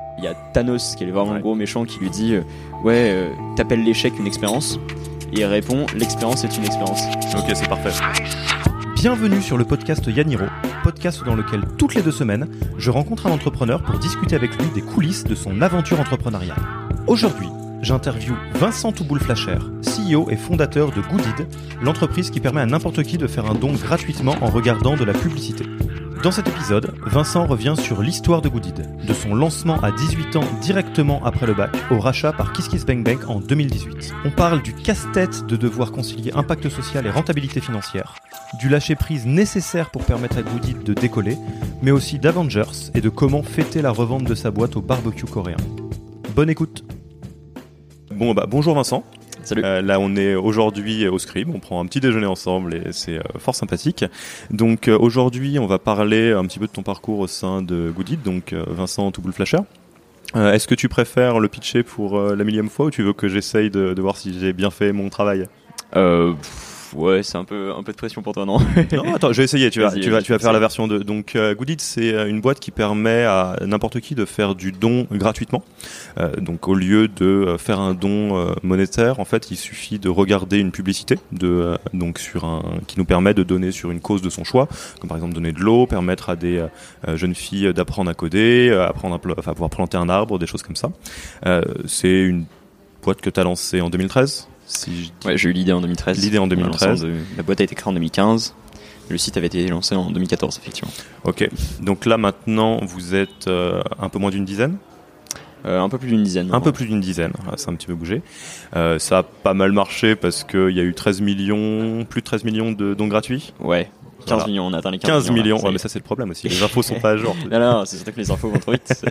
Il y a Thanos, qui est vraiment le gros méchant, qui lui dit t'appelles l'échec une expérience. Et il répond, l'expérience est une expérience. Ok, c'est parfait. Bienvenue sur le podcast Yaniro, podcast dans lequel toutes les 2 semaines, je rencontre un entrepreneur pour discuter avec lui des coulisses de son aventure entrepreneuriale. Aujourd'hui, j'interviewe Vincent Touboul-Flasher, CEO et fondateur de Goodid, l'entreprise qui permet à n'importe qui de faire un don gratuitement en regardant de la publicité. Dans cet épisode, Vincent revient sur l'histoire de Goodid, de son lancement à 18 ans directement après le bac au rachat par KissKissBankBank en 2018. On parle du casse-tête de devoir concilier impact social et rentabilité financière, du lâcher-prise nécessaire pour permettre à Goodid de décoller, mais aussi d'Avengers et de comment fêter la revente de sa boîte au barbecue coréen. Bonne écoute. Bonjour Vincent. Salut. Là, on est aujourd'hui au Scribe, on prend un petit déjeuner ensemble et c'est fort sympathique. Donc aujourd'hui, on va parler un petit peu de ton parcours au sein de Goodid, donc Vincent Touboul-Flasher. Est-ce que tu préfères le pitcher pour la millième fois ou tu veux que j'essaye de voir si j'ai bien fait mon travail ? Ouais, c'est un peu de pression pour toi, non ? Non, attends, je vais essayer. Tu vas faire ça. la version 2. Donc, Goodid, c'est une boîte qui permet à n'importe qui de faire du don gratuitement. Donc, au lieu de faire un don monétaire, en fait, il suffit de regarder une publicité qui nous permet de donner sur une cause de son choix, comme par exemple donner de l'eau, permettre à des jeunes filles d'apprendre à coder, pouvoir planter un arbre, des choses comme ça. C'est une boîte que tu as lancée en 2013. Ouais, j'ai eu l'idée en 2013. L'idée en 2013. La boîte a été créée en 2015. Le site avait été lancé en 2014, effectivement. Ok. Donc là, maintenant, vous êtes un peu moins d'une dizaine ? Un peu plus d'une dizaine. Un peu plus d'une dizaine. Ça a un petit peu bougé. Ça a pas mal marché parce qu'il y a eu plus de 13 millions de dons gratuits. Ouais. 15 millions, on a atteint les 15 millions. Là, ouais, mais ça, c'est le problème aussi. Les infos sont pas à jour. Non, c'est surtout que les infos vont trop vite.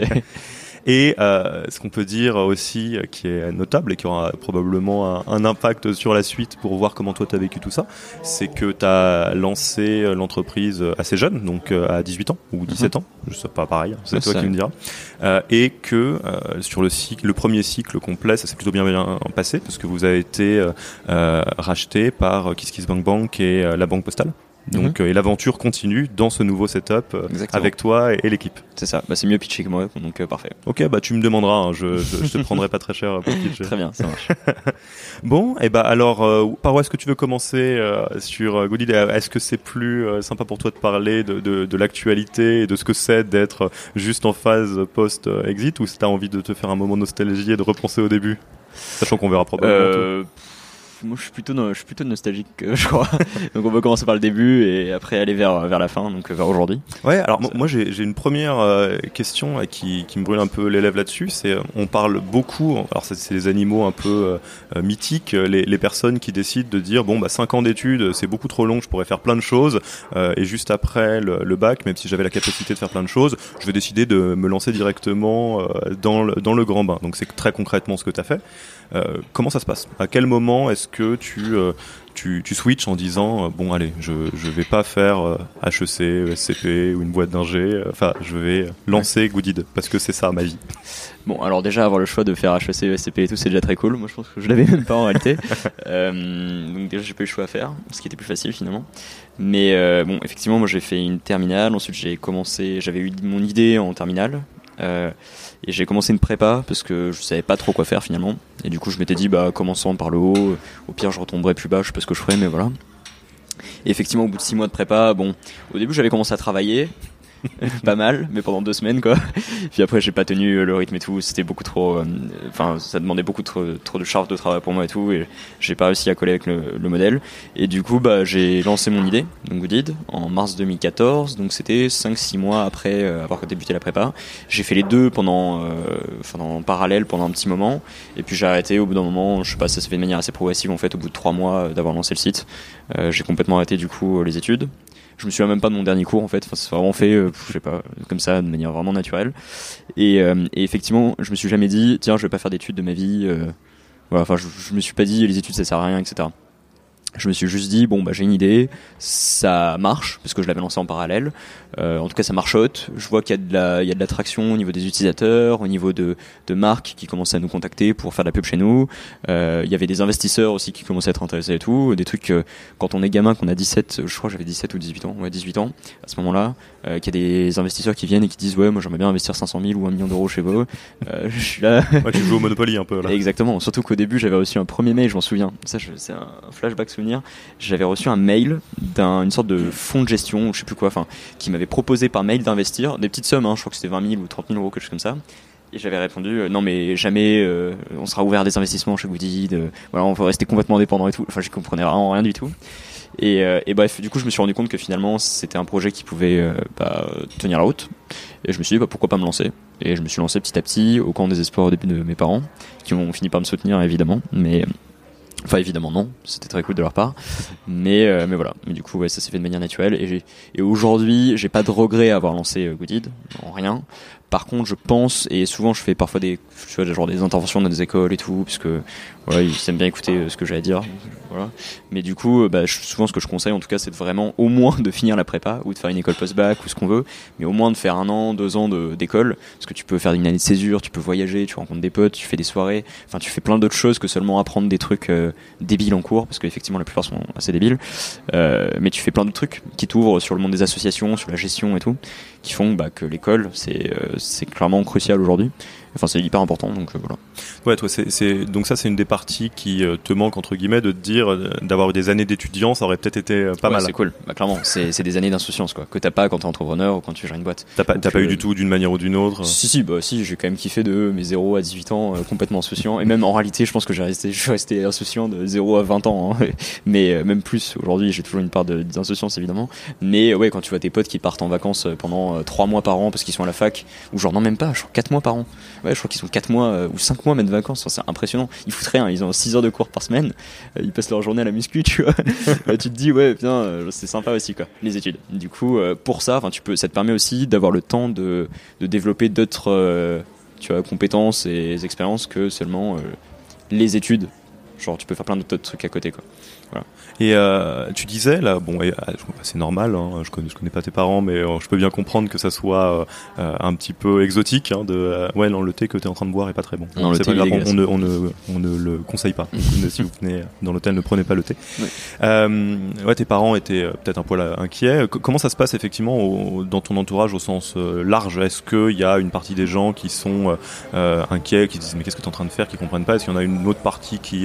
Et ce qu'on peut dire aussi, qui est notable et qui aura probablement un impact sur la suite pour voir comment toi tu as vécu tout ça, c'est que tu as lancé l'entreprise assez jeune, donc à 18 ans ou 17 ans, je sais pas, pareil, c'est toi qui me diras, et que sur le premier cycle complet, ça s'est plutôt bien passé parce que vous avez été racheté par KissKissBankBank et la Banque Postale. Donc et l'aventure continue dans ce nouveau setup avec toi et l'équipe. C'est ça, c'est mieux pitché que moi, donc parfait. Ok, tu me demanderas, je te prendrai pas très cher pour pitcher. Très bien, ça marche. Bon, et alors, par où est-ce que tu veux commencer sur Goodid ? Est-ce que c'est plus sympa pour toi de parler de l'actualité et de ce que c'est d'être juste en phase post-exit, ou si t'as envie de te faire un moment de nostalgie et de repenser au début, sachant qu'on verra probablement tout. Moi, je suis plutôt nostalgique, je crois. Donc, on va commencer par le début et après aller vers la fin, donc vers aujourd'hui. Ouais, alors moi, j'ai une première question qui me brûle un peu les lèvres là-dessus. C'est, on parle beaucoup, alors c'est les animaux un peu mythiques, les personnes qui décident de dire 5 ans d'études, c'est beaucoup trop long, je pourrais faire plein de choses, et juste après le bac, même si j'avais la capacité de faire plein de choses, je vais décider de me lancer directement dans le grand bain. Donc, c'est très concrètement ce que tu as fait. Comment ça se passe ? À quel moment est-ce que tu switches en disant allez, je vais pas faire HEC, ESCP ou une boîte d'ingé, je vais lancer Goodid parce que c'est ça ma vie. Bon, alors déjà avoir le choix de faire HEC, ESCP et tout, c'est déjà très cool. Moi, je pense que je l'avais même pas en réalité. Donc déjà, j'ai pas eu le choix à faire, ce qui était plus facile finalement. Mais effectivement, moi j'ai fait une terminale. Ensuite, j'avais eu mon idée en terminale. Et j'ai commencé une prépa parce que je savais pas trop quoi faire finalement, et du coup je m'étais dit commençons par le haut, au pire je retomberai plus bas, je sais pas ce que je ferai, mais voilà. Et effectivement, au bout de 6 mois de prépa, au début j'avais commencé à travailler pas mal, mais pendant 2 semaines quoi. Puis après j'ai pas tenu le rythme et tout, c'était beaucoup trop, ça demandait beaucoup trop de charge de travail pour moi et tout, et j'ai pas réussi à coller avec le modèle. Et du coup j'ai lancé mon idée, donc Goodid, en mars 2014, donc c'était 5-6 mois après avoir débuté la prépa. J'ai fait les deux en parallèle pendant un petit moment, et puis j'ai arrêté au bout d'un moment, je sais pas, ça s'est fait de manière assez progressive en fait, au bout de 3 mois d'avoir lancé le site. J'ai complètement arrêté du coup les études. Je me souviens même pas de mon dernier cours en fait, c'est vraiment fait, je sais pas, comme ça, de manière vraiment naturelle. Et effectivement, je me suis jamais dit, tiens, je vais pas faire d'études de ma vie. Je me suis pas dit, les études ça sert à rien, etc. Je me suis juste dit, bon, bah, j'ai une idée, ça marche, parce que je l'avais lancé en parallèle. En tout cas, ça marchote. Je vois qu'il y a de l'attraction au niveau des utilisateurs, au niveau de marques qui commençaient à nous contacter pour faire de la pub chez nous. Il y avait des investisseurs aussi qui commençaient à être intéressés et tout. Des trucs, quand on est gamin, qu'on a 17, je crois que j'avais 17 ou 18 ans, ouais, 18 ans, à ce moment-là, qu'il y a des investisseurs qui viennent et qui disent, ouais, moi, j'aimerais bien investir 500 000 ou 1 million d'euros chez vous. Je suis là. Ouais, tu joues au Monopoly un peu, là. Exactement. Surtout qu'au début, j'avais reçu un premier mail, je m'en souviens. Ça, c'est un flashback souvenir. J'avais reçu un mail une sorte de fonds de gestion, ou je sais plus quoi, enfin, qui m'avait proposé par mail d'investir des petites sommes, hein, je crois que c'était 20 000 ou 30 000 euros, quelque chose comme ça. Et j'avais répondu, non mais jamais, on sera ouvert à des investissements chez Goodid, voilà, on va rester complètement indépendant et tout. Enfin, je comprenais vraiment rien du tout. Et bref, du coup, je me suis rendu compte que finalement, c'était un projet qui pouvait tenir la route. Et je me suis dit, pourquoi pas me lancer. Et je me suis lancé petit à petit, au camp des espoirs au début de mes parents, qui ont fini par me soutenir, évidemment. Enfin, évidemment non, c'était très cool de leur part, mais voilà. Mais du coup, ouais, ça s'est fait de manière naturelle. Et aujourd'hui, j'ai pas de regret à avoir lancé Goodid, en rien. Par contre, je pense, et souvent je fais parfois des interventions dans des écoles et tout, puisque voilà, ils aiment bien écouter ce que j'ai à dire. Voilà. Mais du coup, souvent ce que je conseille en tout cas, c'est de vraiment au moins de finir la prépa ou de faire une école post-bac ou ce qu'on veut, mais au moins de faire 1 an, 2 ans d'école, parce que tu peux faire une année de césure, tu peux voyager, tu rencontres des potes, tu fais des soirées, enfin tu fais plein d'autres choses que seulement apprendre des trucs débiles en cours, parce qu'effectivement la plupart sont assez débiles, mais tu fais plein d'autres trucs qui t'ouvrent sur le monde des associations, sur la gestion et tout, qui font que l'école c'est clairement crucial aujourd'hui. Enfin, c'est hyper important, donc voilà. Ouais, toi, donc ça, c'est une des parties qui te manque, entre guillemets, de te dire, d'avoir eu des années d'étudiant, ça aurait peut-être été pas mal. C'est cool, clairement, c'est des années d'insouciance, quoi, que t'as pas quand t'es entrepreneur ou quand tu gères une boîte. T'as pas eu du tout d'une manière ou d'une autre? Si, j'ai quand même kiffé de mes 0 à 18 ans, complètement insouciant, et même en réalité, je pense que je suis resté insouciant de 0 à 20 ans, hein, mais même plus, aujourd'hui, j'ai toujours une part d'insouciance, évidemment, mais ouais, quand tu vois tes potes qui partent en vacances pendant 3 mois par an parce qu'ils sont à la fac, ou genre non, même pas, je crois 4 mois par an. Ouais, je crois qu'ils sont 4 mois ou 5 mois même de vacances, enfin, c'est impressionnant. Ils foutent rien, ils ont 6 heures de cours par semaine, ils passent leur journée à la muscu, tu vois. Tu te dis, ouais, putain, c'est sympa aussi, quoi, les études. Du coup, pour ça, ça te permet aussi d'avoir le temps de développer d'autres compétences et expériences que seulement les études. Genre, tu peux faire plein d'autres trucs à côté, quoi. Voilà. Et tu disais là, bon, c'est normal, hein, je connais pas tes parents, mais je peux bien comprendre que ça soit un petit peu exotique, hein, ouais, non, le thé que t'es en train de boire est pas très bon. Non, c'est pas grave, on ne le conseille pas. Si vous venez dans l'hôtel, ne prenez pas le thé. Ouais, ouais, tes parents étaient peut-être un poil inquiets. Comment ça se passe effectivement dans ton entourage au sens large? Est-ce qu'il y a une partie des gens qui sont inquiets, qui disent mais qu'est-ce que t'es en train de faire, qui comprennent pas? Est-ce qu'il y en a une autre partie qui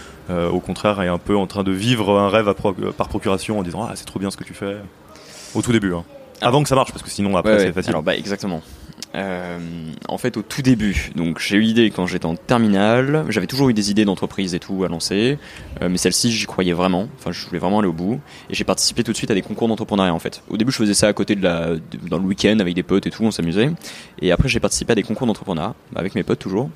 au contraire est un peu en train de vivre un rêve par procuration en disant c'est trop bien ce que tu fais au tout début, hein. Avant que ça marche, parce que sinon après c'est facile. Alors exactement. En fait, au tout début, donc j'ai eu l'idée quand j'étais en terminale. J'avais toujours eu des idées d'entreprise et tout à lancer, mais celle-ci j'y croyais vraiment. Enfin, je voulais vraiment aller au bout, et j'ai participé tout de suite à des concours d'entrepreneuriat. En fait, au début, je faisais ça à côté dans le week-end avec des potes et tout, on s'amusait. Et après, j'ai participé à des concours d'entrepreneuriat avec mes potes toujours.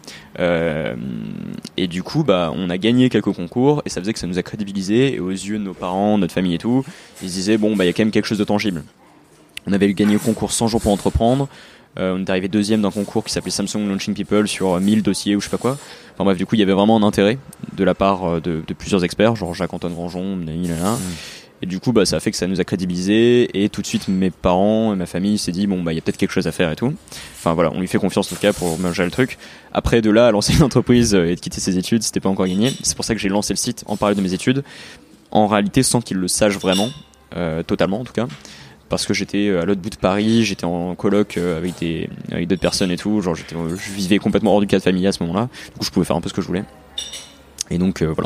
Et du coup, on a gagné quelques concours, et ça faisait que ça nous a crédibilisé. Et aux yeux de nos parents, notre famille et tout, ils se disaient bon, il y a quand même quelque chose de tangible. On avait gagné le concours 100 jours pour entreprendre. On est arrivé 2e d'un concours qui s'appelait Samsung Launching People sur 1000 dossiers ou je sais pas quoi. Enfin bref, du coup, il y avait vraiment un intérêt de la part de plusieurs experts, genre Jacques-Antoine Granjon, Et du coup, ça a fait que ça nous a crédibilisé, et tout de suite, mes parents et ma famille s'est dit, il y a peut-être quelque chose à faire et tout. Enfin voilà, on lui fait confiance en tout cas pour gérer le truc. Après, de là à lancer une entreprise et de quitter ses études, c'était pas encore gagné. C'est pour ça que j'ai lancé le site en parallèle de mes études, en réalité sans qu'ils le sachent vraiment, totalement en tout cas. Parce que j'étais à l'autre bout de Paris, j'étais en coloc avec d'autres personnes et tout, genre je vivais complètement hors du cadre familial à ce moment-là, du coup je pouvais faire un peu ce que je voulais. Et donc voilà.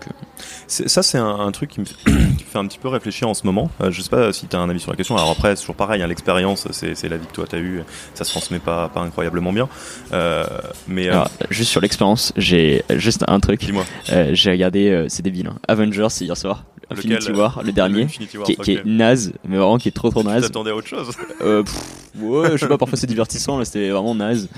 Ça c'est un truc qui me fait un petit peu réfléchir en ce moment. Je sais pas si tu as un avis sur la question. Alors après c'est toujours pareil, hein, l'expérience c'est la vie que toi t'as eue, ça se transmet pas incroyablement bien. Alors, juste sur l'expérience, j'ai juste un truc. Dis-moi. J'ai regardé, c'est débile, hein, Avengers hier soir. Infinity War, le dernier, qui est naze, mais vraiment qui est trop naze. Tu t'attendais à autre chose? Ouais, je sais pas, parfois c'est divertissant, là c'était vraiment naze.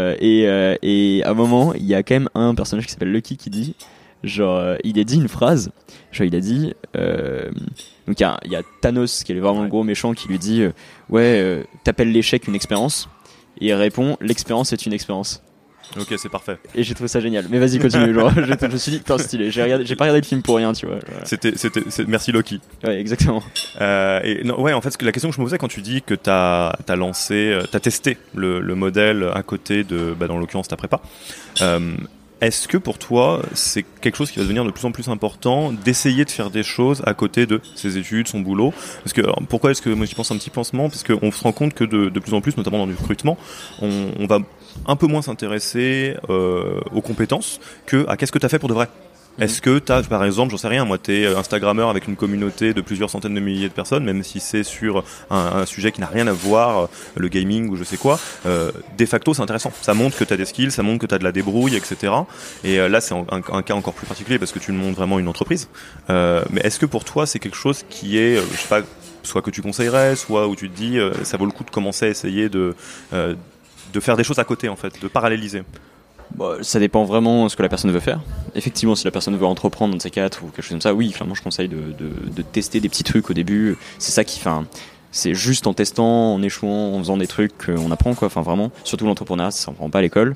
Et à un moment, il y a quand même un personnage qui s'appelle Lucky qui dit, genre, il a dit une phrase, genre il a dit, donc il y a Thanos qui est vraiment le gros méchant qui lui dit, t'appelles l'échec une expérience, et il répond, l'expérience est une expérience. Ok, c'est parfait. Et j'ai trouvé ça génial. Mais vas-y, continue. Genre, je me suis dit, putain, stylé. J'ai pas regardé le film pour rien, tu vois. Merci Loki. Ouais, exactement. Et non, ouais, en fait, la question que je me posais quand tu dis que t'as testé le modèle à côté de, dans l'occurrence ta prépa. Est-ce que pour toi, c'est quelque chose qui va devenir de plus en plus important d'essayer de faire des choses à côté de ses études, son boulot? Parce que pourquoi est-ce que moi j'y pense un petit peu en ce moment? Parce qu'on se rend compte que de plus en plus, notamment dans le recrutement, on va un peu moins s'intéresser aux compétences que à qu'est-ce que tu as fait pour de vrai. Est-ce que tu as, par exemple, j'en sais rien, moi, t'es Instagrammeur avec une communauté de plusieurs centaines de milliers de personnes, même si c'est sur un sujet qui n'a rien à voir, le gaming ou je sais quoi, de facto, c'est intéressant. Ça montre que tu as des skills, ça montre que tu as de la débrouille, etc. Et là, c'est un cas encore plus particulier parce que tu montres vraiment une entreprise. Mais est-ce que pour toi, c'est quelque chose qui est, je sais pas, soit que tu conseillerais, soit où tu te dis, ça vaut le coup de commencer à essayer de faire des choses à côté, en fait, de paralléliser? Bon, ça dépend vraiment de ce que la personne veut faire. Effectivement, si la personne veut entreprendre un de ces quatre ou quelque chose comme ça, oui, clairement, je conseille de tester des petits trucs au début. C'est ça qui, c'est juste en testant, en échouant, en faisant des trucs qu'on apprend, quoi. Enfin, vraiment, surtout l'entrepreneuriat, ça s'apprend pas à l'école.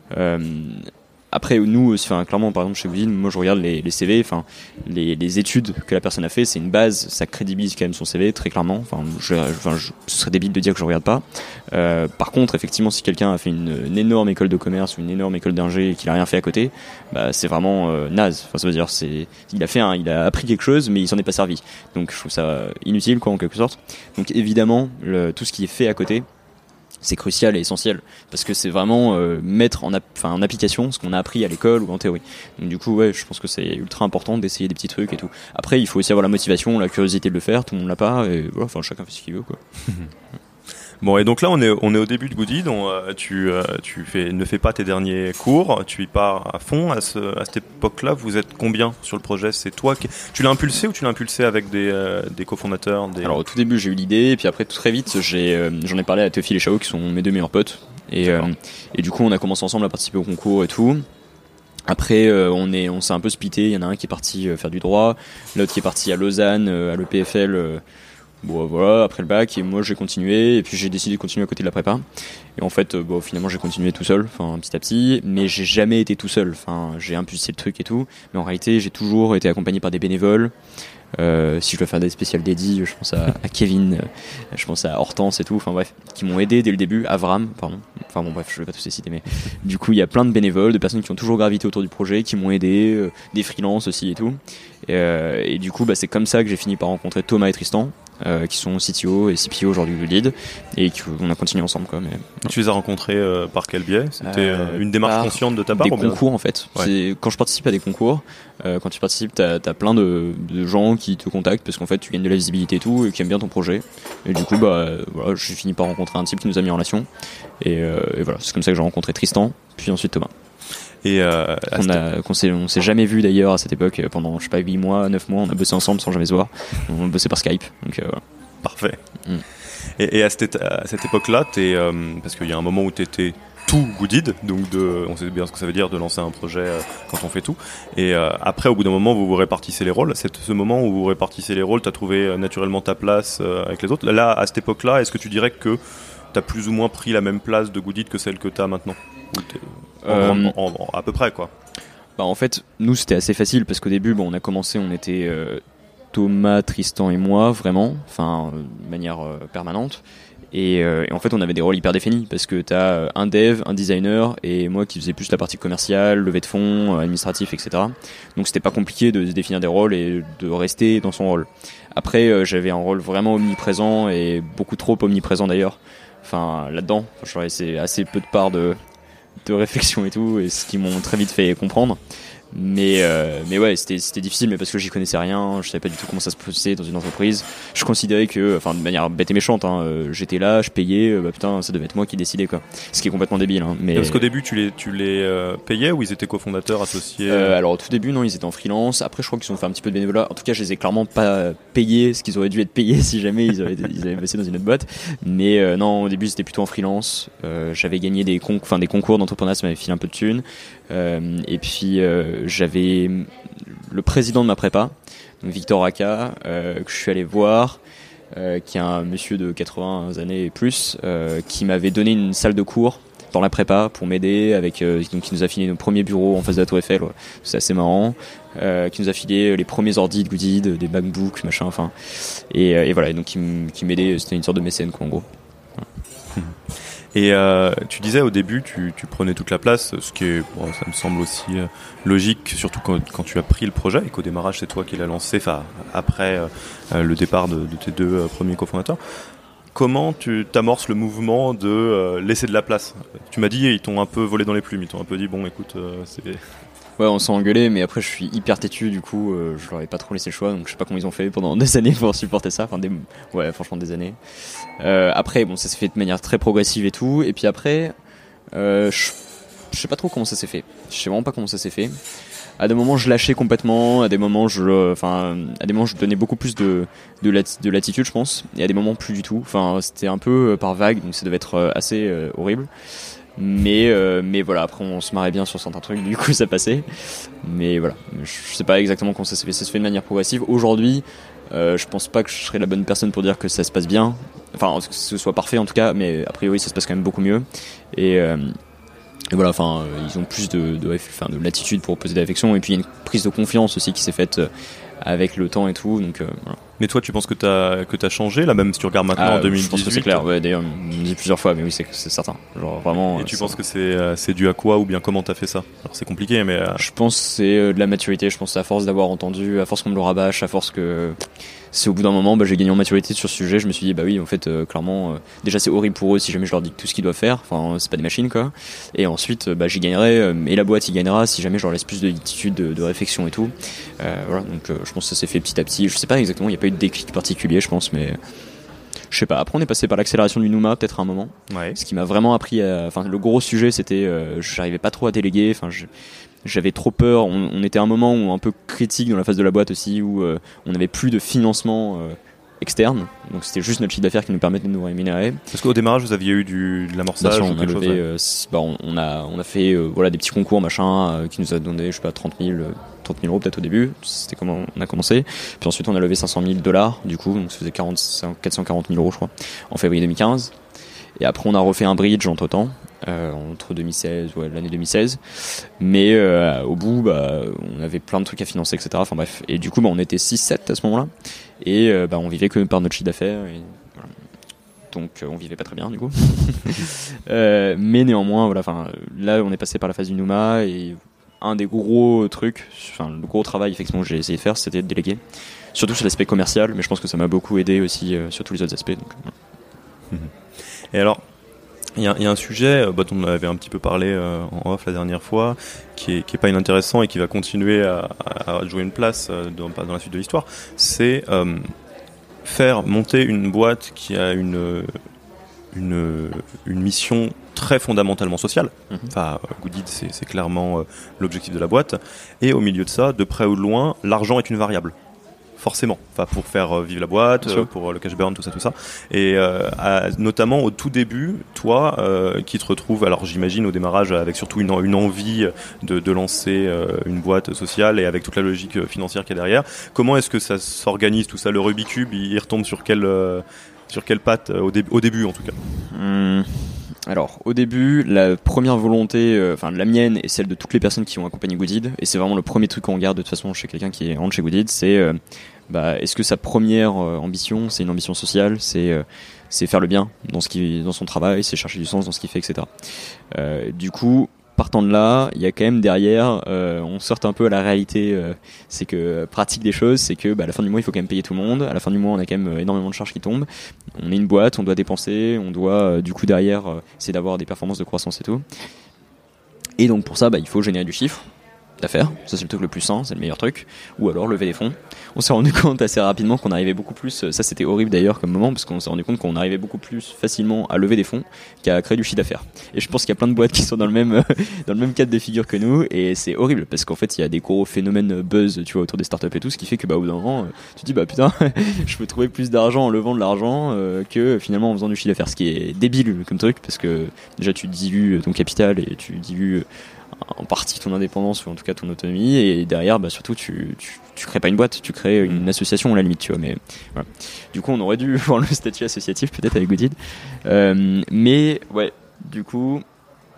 Après, nous, clairement, par exemple, chez Goodid, moi, je regarde les CV, les études que la personne a fait, c'est une base, ça crédibilise quand même son CV, très clairement. Ce serait débile de dire que je regarde pas. Par contre, effectivement, si quelqu'un a fait une énorme école de commerce ou une énorme école d'ingé et qu'il a rien fait à côté, c'est vraiment naze. Enfin, ça veut dire, il a appris quelque chose, mais il s'en est pas servi. Donc, je trouve ça inutile, quoi, en quelque sorte. Donc, évidemment, tout ce qui est fait à côté, c'est crucial et essentiel parce que c'est vraiment mettre en application ce qu'on a appris à l'école ou en théorie. Donc du coup, ouais, je pense que c'est ultra important d'essayer des petits trucs et tout. Après, il faut aussi avoir la motivation, la curiosité de le faire. Tout le monde l'a pas et voilà, chacun fait ce qu'il veut, quoi. Bon, et donc là, on est au début de Goodid. Tu ne fais pas tes derniers cours, tu y pars à fond. À cette époque-là, vous êtes combien sur le projet? C'est toi tu l'as impulsé ou tu l'as impulsé avec des cofondateurs? Alors au tout début, j'ai eu l'idée, et puis après très vite, j'en ai parlé à Théophile et Chao, qui sont mes deux meilleurs potes. Et du coup, on a commencé ensemble à participer au concours et tout. Après, on s'est un peu splitté. Il y en a un qui est parti faire du droit, l'autre qui est parti à Lausanne, à l'EPFL. Bon, voilà, après le bac, et moi j'ai continué, et puis j'ai décidé de continuer à côté de la prépa. Et en fait, finalement j'ai continué tout seul, petit à petit, mais j'ai jamais été tout seul. J'ai impulsé le truc et tout, mais en réalité j'ai toujours été accompagné par des bénévoles. Si je dois faire des spéciales dédiées, je pense à Kevin, je pense à Hortense et tout, bref, qui m'ont aidé dès le début, Avram, pardon. Je vais pas tous les citer, mais du coup il y a plein de bénévoles, de personnes qui ont toujours gravité autour du projet, qui m'ont aidé, des freelances aussi et tout. Et du coup, c'est comme ça que j'ai fini par rencontrer Thomas et Tristan, qui sont CTO et CPO aujourd'hui de Goodid, et qu'on a continué ensemble, quoi. Mais tu les as rencontrés par quel biais? C'était une démarche consciente de ta part? Des concours, en fait. Ouais. Quand je participe à des concours, quand tu participes, t'as plein de gens qui te contactent parce qu'en fait tu gagnes de la visibilité et tout, et qui aiment bien ton projet. Et du coup, voilà, j'ai fini par rencontrer un type qui nous a mis en relation. Et voilà, c'est comme ça que j'ai rencontré Tristan, puis ensuite Thomas. Et on s'est jamais vu d'ailleurs à cette époque pendant 8 mois, 9 mois, on a bossé ensemble sans jamais se voir. On bossait par Skype, donc voilà. Parfait. Et à cette époque-là, parce qu'il y a un moment où t'étais tout Goodid, donc on sait bien ce que ça veut dire de lancer un projet quand on fait tout. Et après, au bout d'un moment, vous répartissez les rôles. C'est ce moment où vous répartissez les rôles, t'as trouvé naturellement ta place avec les autres. Là, à cette époque-là, est-ce que tu dirais que t'as plus ou moins pris la même place de Goodid que celle que t'as maintenant? À peu près, quoi. En fait, nous c'était assez facile parce qu'au début, on a commencé, on était Thomas, Tristan et moi, vraiment, de manière permanente. Et en fait, on avait des rôles hyper définis parce que t'as un dev, un designer et moi qui faisais plus la partie commerciale, levée de fonds, administratif, etc. Donc c'était pas compliqué de se définir des rôles et de rester dans son rôle. Après, j'avais un rôle vraiment omniprésent et beaucoup trop omniprésent d'ailleurs. Là-dedans, j'aurais laissé assez peu de part de réflexion et tout, et ce qui m'ont très vite fait comprendre. Mais ouais, c'était difficile, mais parce que j'y connaissais rien, je savais pas du tout comment ça se passait dans une entreprise. Je considérais que, de manière bête et méchante, j'étais là, je payais, ça devait être moi qui décidais, quoi. Ce qui est complètement débile, mais parce qu'au début tu les payais ou ils étaient cofondateurs associés? Alors au tout début non, ils étaient en freelance. Après je crois qu'ils ont fait un petit peu de bénévolat. En tout cas je les ai clairement pas payés ce qu'ils auraient dû être payés si jamais ils avaient bossé dans une autre boîte. Mais non, au début c'était plutôt en freelance. J'avais gagné des concours d'entrepreneuriat, ça m'avait filé un peu de thunes. Et puis j'avais le président de ma prépa, donc Victor Raka, que je suis allé voir, qui est un monsieur de 80 années et plus, qui m'avait donné une salle de cours dans la prépa pour m'aider avec donc qui nous a filé nos premiers bureaux en face de la Tour Eiffel, c'est assez marrant, qui nous a filé les premiers ordi de Goodid, des MacBooks machin, enfin et voilà, et donc qui m'aidait, c'était une sorte de mécène quoi en gros. Voilà. Et tu disais au début, tu prenais toute la place, ce qui est, bon, ça me semble aussi logique, surtout quand tu as pris le projet et qu'au démarrage c'est toi qui l'as lancé, enfin après le départ de tes deux premiers cofondateurs. Comment tu t'amorces le mouvement de laisser de la place? Tu m'as dit ils t'ont un peu volé dans les plumes, ils t'ont un peu dit bon écoute c'est... Ouais, on s'est engueulé, mais après je suis hyper têtu, du coup je leur ai pas trop laissé le choix, donc je sais pas comment ils ont fait pendant des années pour supporter ça, enfin ouais franchement des années. Après bon, ça s'est fait de manière très progressive et tout, et puis après je sais pas trop comment ça s'est fait, je sais vraiment pas comment ça s'est fait. À des moments je lâchais complètement, à des moments je donnais beaucoup plus de latitude je pense, et à des moments plus du tout, enfin c'était un peu par vague, donc ça devait être assez horrible. Mais voilà, après on se marrait bien sur certains trucs, du coup ça passait. Mais voilà, je sais pas exactement comment ça se fait de manière progressive. Aujourd'hui, je pense pas que je serais la bonne personne pour dire que ça se passe bien, enfin que ce soit parfait en tout cas, mais a priori ça se passe quand même beaucoup mieux. Et voilà, enfin ils ont plus de latitude pour poser des réflexions, et puis il y a une prise de confiance aussi qui s'est faite avec le temps et tout, donc voilà. Mais toi, tu penses que t'as changé là, même si tu regardes maintenant en 2018? Je pense que c'est clair. Ouais, d'ailleurs, on me dit plusieurs fois, mais oui, c'est certain. Genre vraiment. Et tu penses que c'est dû à quoi, ou bien comment t'as fait ça? Alors c'est compliqué, mais. Je pense que c'est de la maturité. Je pense que c'est à force d'avoir entendu, à force qu'on me le rabâche, à force que. C'est au bout d'un moment, j'ai gagné en maturité sur ce sujet. Je me suis dit, bah oui, en fait, clairement, déjà c'est horrible pour eux si jamais je leur dis tout ce qu'ils doivent faire. Enfin, c'est pas des machines, quoi. Et ensuite, j'y gagnerai, et la boîte y gagnera si jamais je leur laisse plus de latitude, de réflexion et tout. Voilà, donc je pense que ça s'est fait petit à petit. Je sais pas exactement, il n'y a pas eu de déclic particulier, je pense, mais je sais pas. Après, on est passé par l'accélération du Numa, peut-être à un moment. Ouais. Ce qui m'a vraiment appris à. Enfin, le gros sujet, c'était. J'arrivais pas trop à déléguer. Enfin, j'avais trop peur. On était à un moment où un peu critique dans la phase de la boîte aussi, où on n'avait plus de financement externe. Donc c'était juste notre chiffre d'affaires qui nous permettait de nous rémunérer. Parce qu'au démarrage, vous aviez eu de l'amorçage ou quelque chose? On a fait des petits concours machin qui nous a donné, je sais pas, 30 000 euros peut-être au début. C'était comment on a commencé. Puis ensuite on a levé $500,000 du coup, donc ça faisait 440 000 euros je crois, en février 2015. Et après on a refait un bridge entre temps. Entre 2016, l'année 2016, mais au bout on avait plein de trucs à financer, etc. Enfin bref, et du coup on était 6-7 à ce moment là, et on vivait que par notre chiffre d'affaires, et voilà. Donc on vivait pas très bien du coup. Mais néanmoins voilà, là on est passé par la phase du Numa, et un des gros trucs, le gros travail effectivement que j'ai essayé de faire, c'était de déléguer, surtout sur l'aspect commercial, mais je pense que ça m'a beaucoup aidé aussi sur tous les autres aspects, donc, voilà. Et alors il y a un sujet dont on avait un petit peu parlé en off la dernière fois, qui est pas inintéressant et qui va continuer à jouer une place dans la suite de l'histoire. C'est faire monter une boîte qui a une mission très fondamentalement sociale. Enfin, Goodid, c'est clairement l'objectif de la boîte. Et au milieu de ça, de près ou de loin, l'argent est une variable. Forcément, pour faire vivre la boîte, pour le cash burn, tout ça. Et notamment au tout début, toi, qui te retrouves, alors j'imagine au démarrage avec surtout une envie de lancer une boîte sociale, et avec toute la logique financière qu'il y a derrière, comment est-ce que ça s'organise tout ça? Le Rubik's Cube, il retombe sur quelle patte au début en tout cas? Alors, au début, la première volonté, la mienne et celle de toutes les personnes qui ont accompagné Goodid, et c'est vraiment le premier truc qu'on regarde de toute façon chez quelqu'un qui rentre chez Goodid, c'est est-ce que sa première ambition, c'est une ambition sociale, c'est faire le bien dans son travail, c'est chercher du sens dans ce qu'il fait, etc. Du coup, partant de là, il y a quand même derrière, on sort un peu à la réalité, c'est que pratique des choses, c'est que à la fin du mois il faut quand même payer tout le monde, à la fin du mois on a quand même énormément de charges qui tombent, on est une boîte, on doit dépenser, on doit du coup derrière essayer d'avoir des performances de croissance et tout, et donc pour ça il faut générer du chiffre d'affaires, ça c'est le truc le plus sain, c'est le meilleur truc, ou alors lever des fonds. On s'est rendu compte assez rapidement qu'on arrivait beaucoup plus, ça c'était horrible d'ailleurs comme moment, parce qu'on s'est rendu compte qu'on arrivait beaucoup plus facilement à lever des fonds qu'à créer du chiffre d'affaires. Et je pense qu'il y a plein de boîtes qui sont dans le même cas de figure que nous, et c'est horrible parce qu'en fait il y a des gros phénomènes buzz, tu vois, autour des startups et tout, ce qui fait que au bout d'un moment tu te dis putain je peux trouver plus d'argent en levant de l'argent que finalement en faisant du chiffre d'affaires, ce qui est débile comme truc, parce que déjà tu dilues ton capital et tu dilues en partie ton indépendance, ou en tout cas ton autonomie, et derrière surtout tu crées pas une boîte, tu crées une association à la limite, tu vois, mais voilà. Du coup on aurait dû voir le statut associatif peut-être avec Goodid, mais ouais, du coup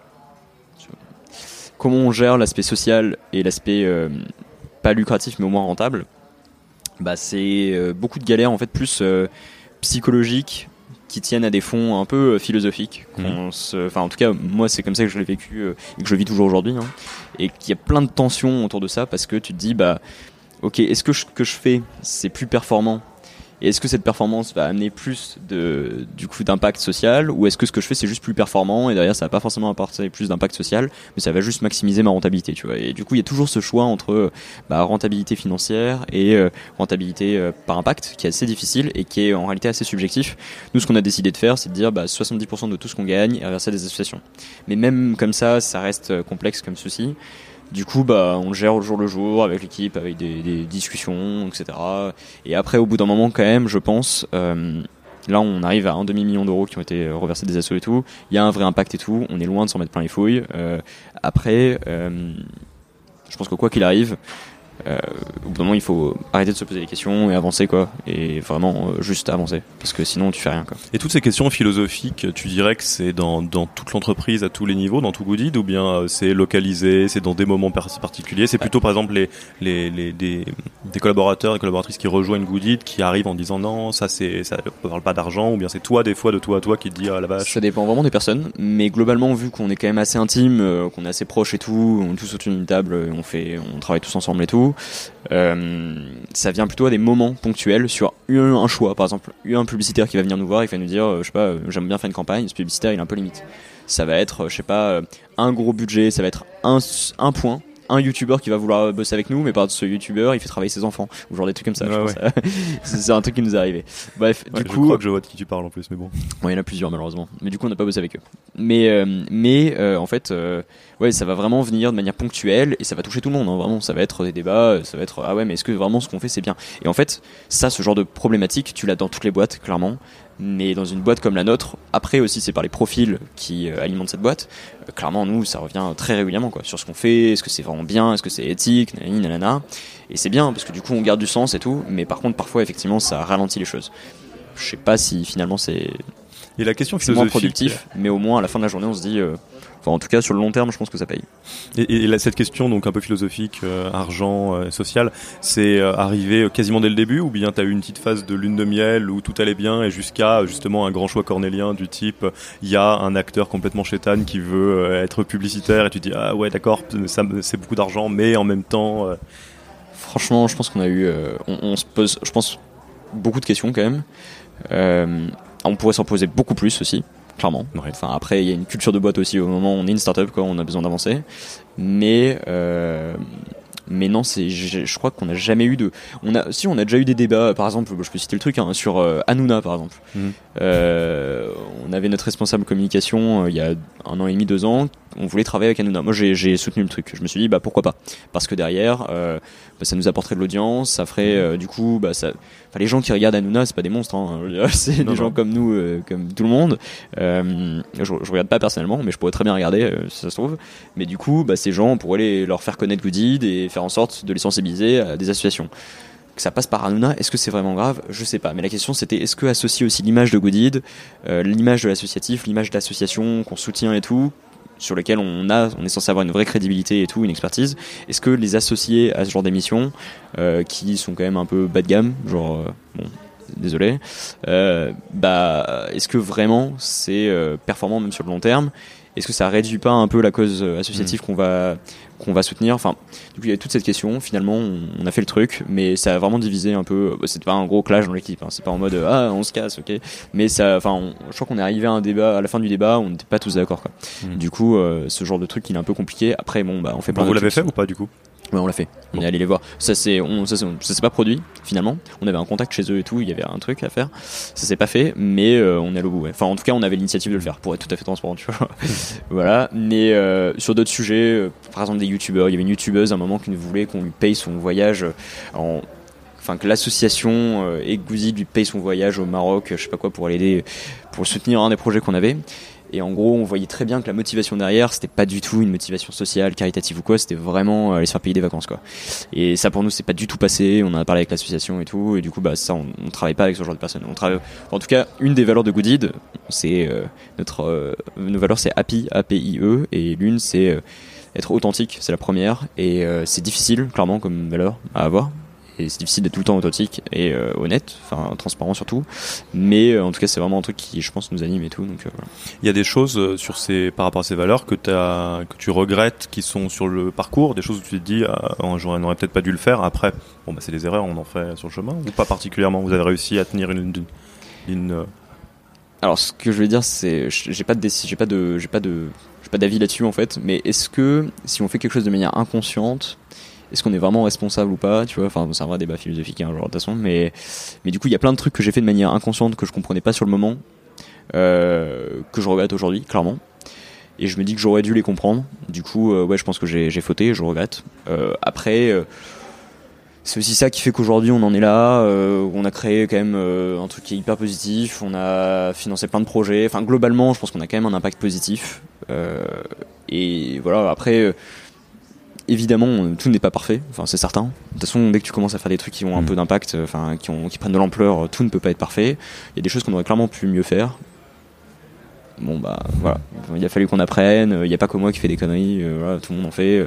comment on gère l'aspect social et l'aspect pas lucratif mais au moins rentable, bah c'est beaucoup de galères en fait plus psychologiques qui tiennent à des fonds un peu philosophiques. Enfin, en tout cas, moi, c'est comme ça que je l'ai vécu et que je vis toujours aujourd'hui. Hein, et qu'il y a plein de tensions autour de ça parce que tu te dis, bah, ok, est-ce que ce que je fais, c'est plus performant ? Et est-ce que cette performance va amener plus du coup d'impact social, ou est-ce que ce que je fais c'est juste plus performant et derrière ça va pas forcément apporter plus d'impact social, mais ça va juste maximiser ma rentabilité, tu vois. Et du coup il y a toujours ce choix entre rentabilité financière et rentabilité par impact qui est assez difficile et qui est en réalité assez subjectif. Nous ce qu'on a décidé de faire c'est de dire 70% de tout ce qu'on gagne est reversé à des associations. Mais même comme ça reste complexe comme souci. Du coup, on le gère au jour le jour avec l'équipe, avec des discussions, etc. Et après, au bout d'un moment, quand même, je pense, là, on arrive à 1,5 million d'euros qui ont été reversés des assos et tout. Il y a un vrai impact et tout. On est loin de s'en mettre plein les fouilles. Après, je pense que quoi qu'il arrive, au bout d'un moment, il faut arrêter de se poser des questions et avancer, quoi. Et vraiment, juste avancer. Parce que sinon, tu fais rien, quoi. Et toutes ces questions philosophiques, tu dirais que c'est dans toute l'entreprise, à tous les niveaux, dans tout Goodid, ou bien c'est localisé, c'est dans des moments particuliers? C'est plutôt, par exemple, des collaborateurs et collaboratrices qui rejoignent Goodid, qui arrivent en disant non, ça, on parle pas d'argent, ou bien c'est toi, des fois, de toi à toi, qui te dit ah la vache. Ça dépend vraiment des personnes, mais globalement, vu qu'on est quand même assez intime, qu'on est assez proche et tout, on est tous autour d'une table, on travaille tous ensemble et tout. Ça vient plutôt à des moments ponctuels sur un choix. Par exemple, un publicitaire qui va venir nous voir et qui va nous dire je sais pas, j'aime bien faire une campagne, ce publicitaire il est un peu limite. Ça va être, je sais pas, un gros budget, ça va être un point, un youtubeur qui va vouloir bosser avec nous, mais par ce youtubeur il fait travailler ses enfants, ou genre des trucs comme ça. C'est un truc qui nous est arrivé. Bref, du coup, je crois que je vois de qui tu parles en plus, mais bon. Il y en a plusieurs malheureusement, mais du coup on n'a pas bossé avec eux. Mais en fait, ça va vraiment venir de manière ponctuelle et ça va toucher tout le monde. Hein, vraiment, ça va être des débats, ça va être ah ouais, mais est-ce que vraiment ce qu'on fait c'est bien ? Et en fait, ce genre de problématique, tu l'as dans toutes les boîtes clairement. Mais dans une boîte comme la nôtre, après aussi c'est par les profils qui alimentent cette boîte. Clairement, nous, ça revient très régulièrement quoi, sur ce qu'on fait, est-ce que c'est vraiment bien, est-ce que c'est éthique, nanana. Et c'est bien parce que du coup on garde du sens et tout. Mais par contre, parfois effectivement, ça ralentit les choses. Je sais pas si finalement c'est moins productif, mais au moins à la fin de la journée, on se dit. En tout cas, sur le long terme, je pense que ça paye. Et là, cette question, donc un peu philosophique, argent, social, c'est arrivé quasiment dès le début, ou bien t'as eu une petite phase de lune de miel où tout allait bien et jusqu'à justement un grand choix cornélien du type, il y a un acteur complètement chétane qui veut être publicitaire et tu dis ah ouais d'accord, ça c'est beaucoup d'argent, mais en même temps. Franchement, je pense qu'on a eu, on se pose, je pense, beaucoup de questions quand même. On pourrait s'en poser beaucoup plus aussi. Clairement. Ouais. Enfin, après, il y a une culture de boîte aussi au moment où on est une start-up, quoi, on a besoin d'avancer. Mais non, je crois qu'on n'a jamais eu on a déjà eu des débats, par exemple, je peux citer le truc, hein, sur Hanouna, par exemple. On avait notre responsable communication il y a 1 an et demi, 2 ans, on voulait travailler avec Hanouna. Moi, j'ai soutenu le truc. Je me suis dit, pourquoi pas ? Parce que derrière, ça nous apporterait de l'audience, ça ferait, du coup, les gens qui regardent Hanouna, c'est pas des monstres, hein. C'est des gens comme nous, comme tout le monde. Je regarde pas personnellement, mais je pourrais très bien regarder, si ça se trouve. Mais du coup, ces gens, on pourrait leur faire connaître Goodid et faire en sorte de les sensibiliser à des associations. Que ça passe par Hanouna, est-ce que c'est vraiment grave ? Je sais pas. Mais la question c'était, est-ce que associer aussi l'image de Goodid, l'image de l'associatif, l'image d'association qu'on soutient et tout, sur lequel on est censé avoir une vraie crédibilité et tout, une expertise, est-ce que les associer à ce genre d'émissions, qui sont quand même un peu bas de gamme, genre, désolé, est-ce que vraiment c'est performant même sur le long terme ? Est-ce que ça réduit pas un peu la cause associative qu'on va soutenir ? Enfin, du coup, il y a toute cette question. Finalement, on a fait le truc, mais ça a vraiment divisé un peu. C'est pas un gros clash dans l'équipe. Hein. C'est pas en mode on se casse, ok. Mais ça, je crois qu'on est arrivé à la fin du débat, on n'était pas tous d'accord, quoi. Du coup, ce genre de truc, il est un peu compliqué. Après, on fait pas. Vous l'avez fait ou pas du coup ? Ouais, on l'a fait. On est allé les voir. Ça s'est pas produit finalement. On avait un contact chez eux et tout. Il y avait un truc à faire. Ça s'est pas fait, mais on est allé au bout. Ouais. Enfin, en tout cas, on avait l'initiative de le faire pour être tout à fait transparent. Tu vois. Voilà. Mais sur d'autres sujets, par exemple des youtubeurs. Il y avait une youtubeuse à un moment qui voulait qu'on lui paye son voyage que l'association et Goodid lui paye son voyage au Maroc, je sais pas quoi, pour l'aider, pour soutenir un des projets qu'on avait. Et en gros, on voyait très bien que la motivation derrière, c'était pas du tout une motivation sociale, caritative ou quoi, c'était vraiment aller se faire payer des vacances, quoi. Et ça, pour nous, c'est pas du tout passé. On en a parlé avec l'association et tout, et du coup, ça, on travaille pas avec ce genre de personnes. En tout cas, une des valeurs de Goodid, c'est nos valeurs, c'est API, APIE, et l'une, c'est être authentique, c'est la première, et c'est difficile clairement comme valeur à avoir. Et c'est difficile d'être tout le temps authentique et honnête, enfin transparent surtout. Mais en tout cas, c'est vraiment un truc qui, je pense, nous anime et tout. Donc voilà. Il y a des choses par rapport à ces valeurs que tu regrettes, qui sont sur le parcours, des choses où tu te dis, j'aurais peut-être pas dû le faire. Après, bon, bah, c'est des erreurs, on en fait sur le chemin, ou pas particulièrement. Vous avez réussi à tenir une Alors, ce que je veux dire, c'est, j'ai pas d'avis là-dessus en fait. Mais est-ce que si on fait quelque chose de manière inconsciente, est-ce qu'on est vraiment responsable ou pas, tu vois, enfin c'est un vrai débat philosophique, hein, genre de toute façon, mais du coup il y a plein de trucs que j'ai fait de manière inconsciente que je comprenais pas sur le moment, que je regrette aujourd'hui clairement, et je me dis que j'aurais dû les comprendre. Du coup ouais, je pense que j'ai fauté, je regrette. Après c'est aussi ça qui fait qu'aujourd'hui on en est là, on a créé quand même un truc qui est hyper positif, on a financé plein de projets, enfin globalement je pense qu'on a quand même un impact positif, et voilà. Après évidemment, tout n'est pas parfait, enfin c'est certain. De toute façon, dès que tu commences à faire des trucs qui ont un peu d'impact, enfin qui prennent de l'ampleur, tout ne peut pas être parfait. Il y a des choses qu'on aurait clairement pu mieux faire. Bon bah voilà, il a fallu qu'on apprenne. Il n'y a pas que moi qui fais des conneries, voilà, tout le monde en fait.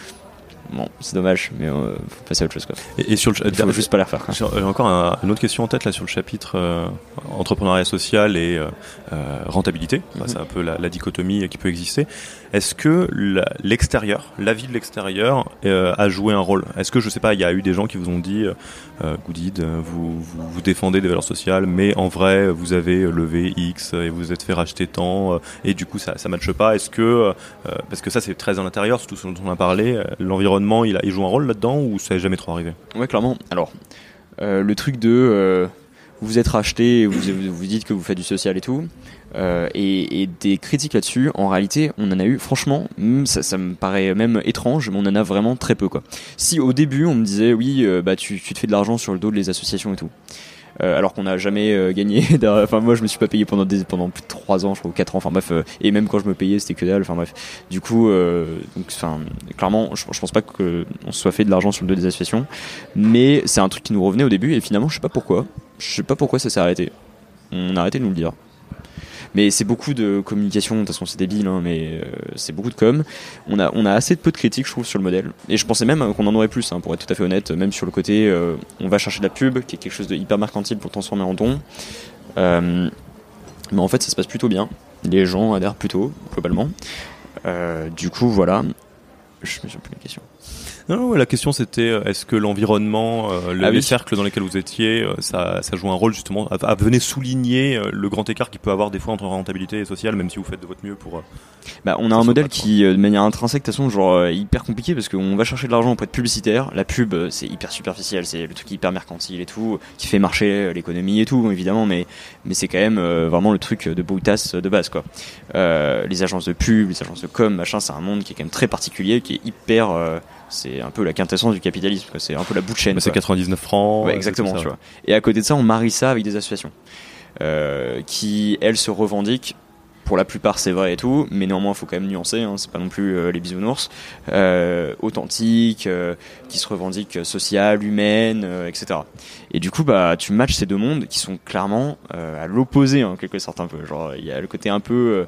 Bon, c'est dommage, mais faut passer à autre chose quoi. Et sur le il faut juste pas les refaire. J'ai encore une autre question en tête là sur le chapitre entrepreneuriat social et rentabilité. C'est un peu la dichotomie qui peut exister. Est-ce que l'extérieur, la vie de l'extérieur a joué un rôle? Est-ce que, je sais pas, il y a eu des gens qui vous ont dit Goodid, vous défendez des valeurs sociales, mais en vrai vous avez levé X et vous vous êtes fait racheter tant, et du coup ça matche pas? Est-ce que parce que ça c'est très à l'intérieur, surtout ce dont on a parlé, l'environnement il joue un rôle là-dedans, ou ça n'est jamais trop arrivé? Ouais, clairement. Alors le truc de vous êtes racheté, vous dites que vous faites du social et tout, et des critiques là-dessus, en réalité on en a eu, franchement ça me paraît même étrange, mais on en a vraiment très peu quoi. Si au début on me disait oui bah tu te fais de l'argent sur le dos des associations et tout, alors qu'on n'a jamais gagné, enfin moi je me suis pas payé pendant plus de 3 ans je crois, ou 4 ans, enfin bref, et même quand je me payais c'était que dalle, enfin bref, du coup enfin clairement je pense pas qu'on se soit fait de l'argent sur le dos des associations, mais c'est un truc qui nous revenait au début, et finalement je sais pas pourquoi ça s'est arrêté, on a arrêté de nous le dire. Mais c'est beaucoup de communication, de toute façon c'est débile, hein, mais c'est beaucoup de com. On a assez de peu de critiques je trouve sur le modèle, et je pensais même qu'on en aurait plus, hein, pour être tout à fait honnête, même sur le côté on va chercher de la pub qui est quelque chose de hyper mercantile pour transformer en don, mais en fait ça se passe plutôt bien, les gens adhèrent plutôt globalement, du coup voilà. Je me suis plus la question. Non, la question c'était est-ce que l'environnement, les cercles dans lesquels vous étiez, ça joue un rôle justement, venez souligner le grand écart qu'il peut avoir des fois entre rentabilité et sociale, même si vous faites de votre mieux pour... on a un modèle qui, de manière intrinsèque, de toute façon, genre hyper compliqué, parce qu'on va chercher de l'argent auprès de publicitaires. La pub, c'est hyper superficiel, c'est le truc hyper mercantile et tout, qui fait marcher l'économie et tout, évidemment, mais c'est quand même vraiment le truc de Boutas de base, quoi. Les agences de pub, les agences de com, machin, c'est un monde qui est quand même très particulier, qui est hyper... c'est un peu la quintessence du capitalisme, quoi. C'est un peu la bout de chaîne. C'est 99 francs. Ouais, exactement, tu vois. Et à côté de ça, on marie ça avec des associations qui, elles, se revendiquent. Pour la plupart, c'est vrai et tout, mais néanmoins, il faut quand même nuancer. Hein, c'est pas non plus les bisounours. Authentiques, qui se revendiquent sociales, humaines, etc. Et du coup, bah, tu matches ces deux mondes qui sont clairement à l'opposé, en quelque sorte un peu. Genre, il y a le côté un peu.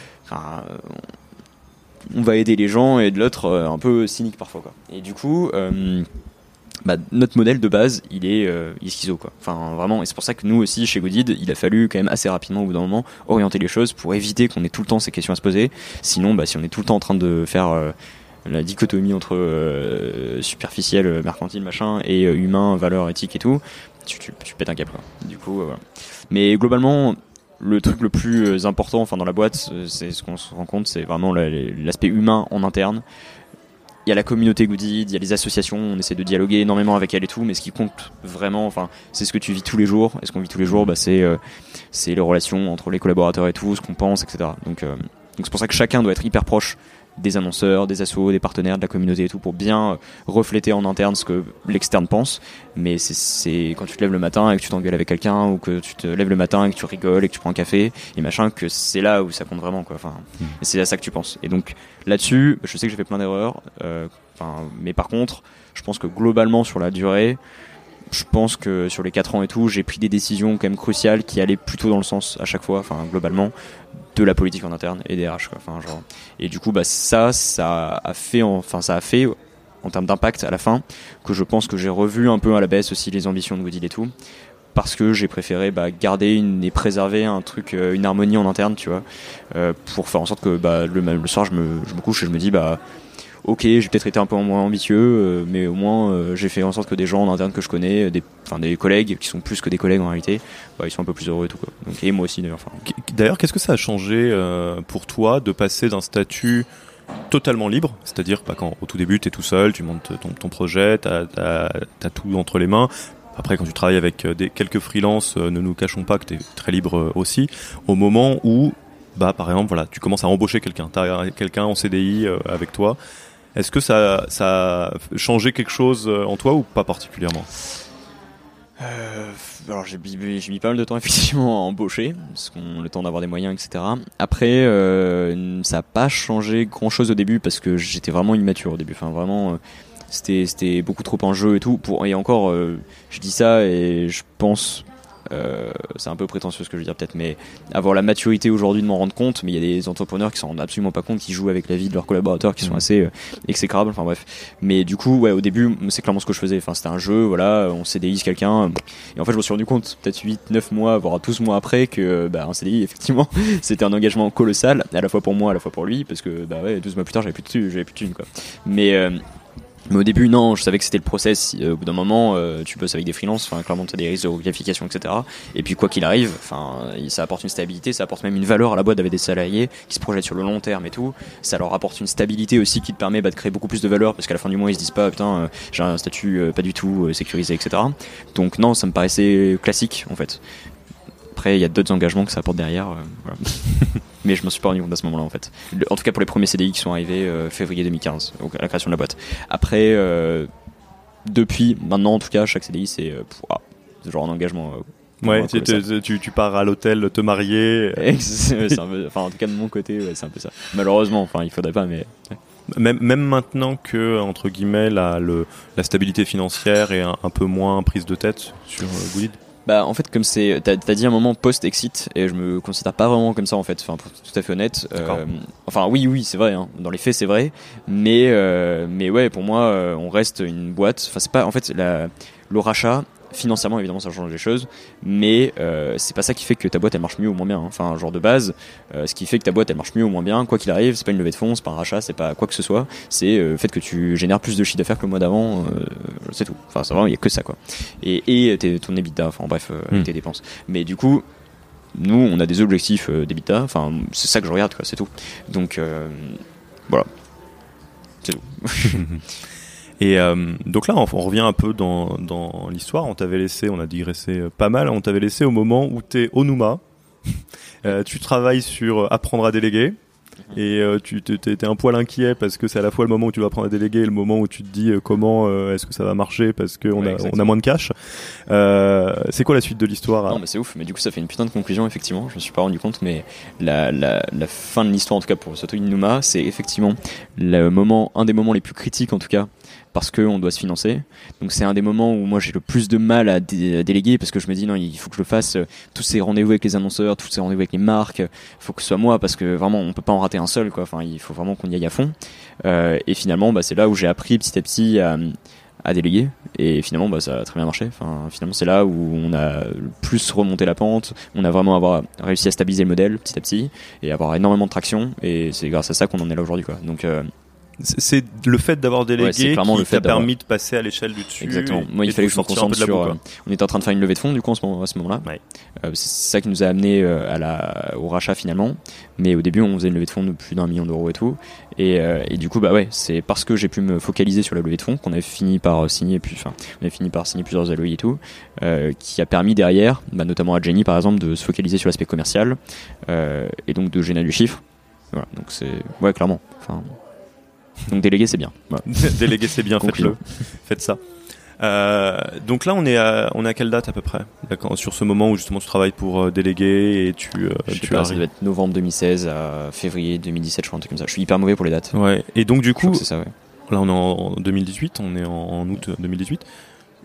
On va aider les gens, et de l'autre un peu cynique parfois quoi. Et du coup notre modèle de base il est schizo quoi. Enfin vraiment, et c'est pour ça que nous aussi chez Goodid il a fallu quand même assez rapidement au bout d'un moment orienter les choses pour éviter qu'on ait tout le temps ces questions à se poser. Sinon si on est tout le temps en train de faire la dichotomie entre superficiel, mercantile machin, et humain, valeur, éthique et tout, tu pètes un câble quoi. Du coup voilà. Mais globalement le truc le plus important, enfin dans la boîte, c'est ce qu'on se rend compte, c'est vraiment l'aspect humain en interne. Il y a la communauté Goodid, il y a les associations, on essaie de dialoguer énormément avec elles et tout, mais ce qui compte vraiment, enfin, c'est ce que tu vis tous les jours. Et ce qu'on vit tous les jours, c'est les relations entre les collaborateurs et tout, ce qu'on pense, etc. Donc c'est pour ça que chacun doit être hyper proche des annonceurs, des assos, des partenaires, de la communauté et tout, pour bien refléter en interne ce que l'externe pense. Mais c'est quand tu te lèves le matin et que tu t'engueules avec quelqu'un, ou que tu te lèves le matin et que tu rigoles et que tu prends un café et machin, que c'est là où ça compte vraiment quoi. Enfin, et c'est à ça que tu penses. Et donc là-dessus, je sais que j'ai fait plein d'erreurs, mais par contre je pense que globalement sur la durée, je pense que sur les 4 ans et tout, j'ai pris des décisions quand même cruciales qui allaient plutôt dans le sens à chaque fois, enfin globalement, de la politique en interne et des RH, quoi. Enfin, genre, et du coup, bah, ça a fait en termes d'impact à la fin, que je pense que j'ai revu un peu à la baisse aussi les ambitions de Goodil et tout, parce que j'ai préféré garder et préserver un truc, une harmonie en interne, tu vois, pour faire en sorte que le soir je me couche et je me dis ok, j'ai peut-être été un peu moins ambitieux, mais au moins j'ai fait en sorte que des gens en interne que je connais, des collègues qui sont plus que des collègues en réalité, ils sont un peu plus heureux et tout, quoi. Donc, et moi aussi d'ailleurs. D'ailleurs, qu'est-ce que ça a changé pour toi de passer d'un statut totalement libre, c'est-à-dire quand au tout début tu es tout seul, tu montes ton projet, t'as tout entre les mains. Après, quand tu travailles avec quelques freelances, ne nous cachons pas que tu es très libre aussi, au moment où, par exemple, voilà, tu commences à embaucher quelqu'un, tu as quelqu'un en CDI avec toi. Est-ce que ça a changé quelque chose en toi ou pas particulièrement ? Alors j'ai mis pas mal de temps effectivement à embaucher, parce qu'on a le temps d'avoir des moyens, etc. Après, ça n'a pas changé grand chose au début parce que j'étais vraiment immature au début. Enfin vraiment, c'était beaucoup trop en jeu et tout. Et encore, je dis ça et je pense. C'est un peu prétentieux ce que je veux dire peut-être, mais avoir la maturité aujourd'hui de m'en rendre compte, mais il y a des entrepreneurs qui s'en rendent absolument pas compte, qui jouent avec la vie de leurs collaborateurs, qui sont assez exécrables, enfin bref. Mais du coup, ouais, au début, c'est clairement ce que je faisais, enfin c'était un jeu, voilà, on CDIse quelqu'un, et en fait je me suis rendu compte, peut-être 8-9 mois, voire 12 mois après, que un CDI, effectivement, c'était un engagement colossal, à la fois pour moi, à la fois pour lui, parce que 12 mois plus tard, j'avais plus de thunes, quoi. Mais au début, non, je savais que c'était le process. Au bout d'un moment, tu bosses avec des freelances, clairement, tu as des risques de requalification, etc. Et puis, quoi qu'il arrive, ça apporte une stabilité, ça apporte même une valeur à la boîte d'avoir des salariés qui se projettent sur le long terme et tout. Ça leur apporte une stabilité aussi qui te permet de créer beaucoup plus de valeur, parce qu'à la fin du mois, ils se disent pas, putain, j'ai un statut pas du tout sécurisé, etc. Donc, non, ça me paraissait classique, en fait. Après, il y a d'autres engagements que ça apporte derrière. Voilà. Mais je m'en suis pas rendu compte à ce moment-là, en fait. En tout cas, pour les premiers CDI qui sont arrivés février 2015, donc à la création de la boîte. Après, depuis maintenant, en tout cas, chaque CDI, c'est ce genre d'engagement. Ouais, tu pars à l'hôtel te marier. En tout cas, de mon côté, ouais, c'est un peu ça. Malheureusement, il faudrait pas, mais. Ouais. Même maintenant que, entre guillemets, la stabilité financière est un peu moins prise de tête sur Goodil. En fait, comme t'as dit un moment post-exit, et je me considère pas vraiment comme ça en fait, pour être tout à fait honnête. Oui, c'est vrai, hein. Dans les faits c'est vrai, mais ouais, pour moi, on reste une boîte. Enfin, c'est pas, en fait, le rachat, financièrement évidemment ça change les choses, mais c'est pas ça qui fait que ta boîte elle marche mieux ou moins bien, hein. Enfin, genre de base, ce qui fait que ta boîte elle marche mieux ou moins bien, quoi qu'il arrive, c'est pas une levée de fonds, c'est pas un rachat, c'est pas quoi que ce soit, c'est le fait que tu génères plus de chiffre d'affaires que le mois d'avant, c'est tout. Enfin, c'est vraiment, il y a que ça, quoi. Et ton EBITDA, enfin bref, tes dépenses. Mais du coup, nous on a des objectifs d'EBITDA, enfin c'est ça que je regarde, quoi, c'est tout. Donc voilà, c'est tout. Et donc là, on revient un peu dans l'histoire. On t'avait laissé, on a digressé pas mal. On t'avait laissé au moment où t'es au Nouma. Tu travailles sur apprendre à déléguer. Et tu t'es un poil inquiet parce que c'est à la fois le moment où tu vas apprendre à déléguer et le moment où tu te dis comment est-ce que ça va marcher parce qu'on a moins de cash. C'est quoi la suite de l'histoire? Non, mais c'est ouf. Mais du coup, ça fait une putain de conclusion, effectivement. Je me suis pas rendu compte, mais la fin de l'histoire, en tout cas pour ce truc de Nouma, c'est effectivement un des moments les plus critiques, en tout cas, parce qu'on doit se financer. Donc c'est un des moments où moi j'ai le plus de mal à déléguer parce que je me dis non, il faut que je le fasse, tous ces rendez-vous avec les annonceurs, tous ces rendez-vous avec les marques, il faut que ce soit moi parce que vraiment on peut pas en rater un seul, quoi. Enfin, il faut vraiment qu'on y aille à fond. Et finalement c'est là où j'ai appris petit à petit à déléguer, et finalement ça a très bien marché. Enfin, finalement c'est là où on a le plus remonté la pente, on a vraiment réussi à stabiliser le modèle petit à petit et avoir énormément de traction, et c'est grâce à ça qu'on en est là aujourd'hui, quoi. Donc c'est le fait d'avoir délégué qui t'a permis de passer à l'échelle du dessus. Exactement. Moi, il fallait que je me concentre sur. On était en train de faire une levée de fonds, du coup, à ce moment-là. Ouais. C'est ça qui nous a amené au rachat finalement. Mais au début, on faisait une levée de fonds de plus d'1 million d'euros et tout. Et du coup, c'est parce que j'ai pu me focaliser sur la levée de fonds qu'on avait fini par signer plusieurs LOI et tout, qui a permis derrière, notamment à Jenny par exemple, de se focaliser sur l'aspect commercial et donc de générer du chiffre. Voilà. Donc c'est clairement. Enfin. Donc déléguer c'est bien. Voilà. Déléguer c'est bien, faites ça. Donc là on est à quelle date à peu près? D'accord, sur ce moment où justement tu travailles pour déléguer et tu ça doit être novembre 2016 à février 2017, je crois, un truc comme ça. Je suis hyper mauvais pour les dates. Ouais. Et donc du coup, c'est ça, ouais. Là on est en 2018, on est en août 2018.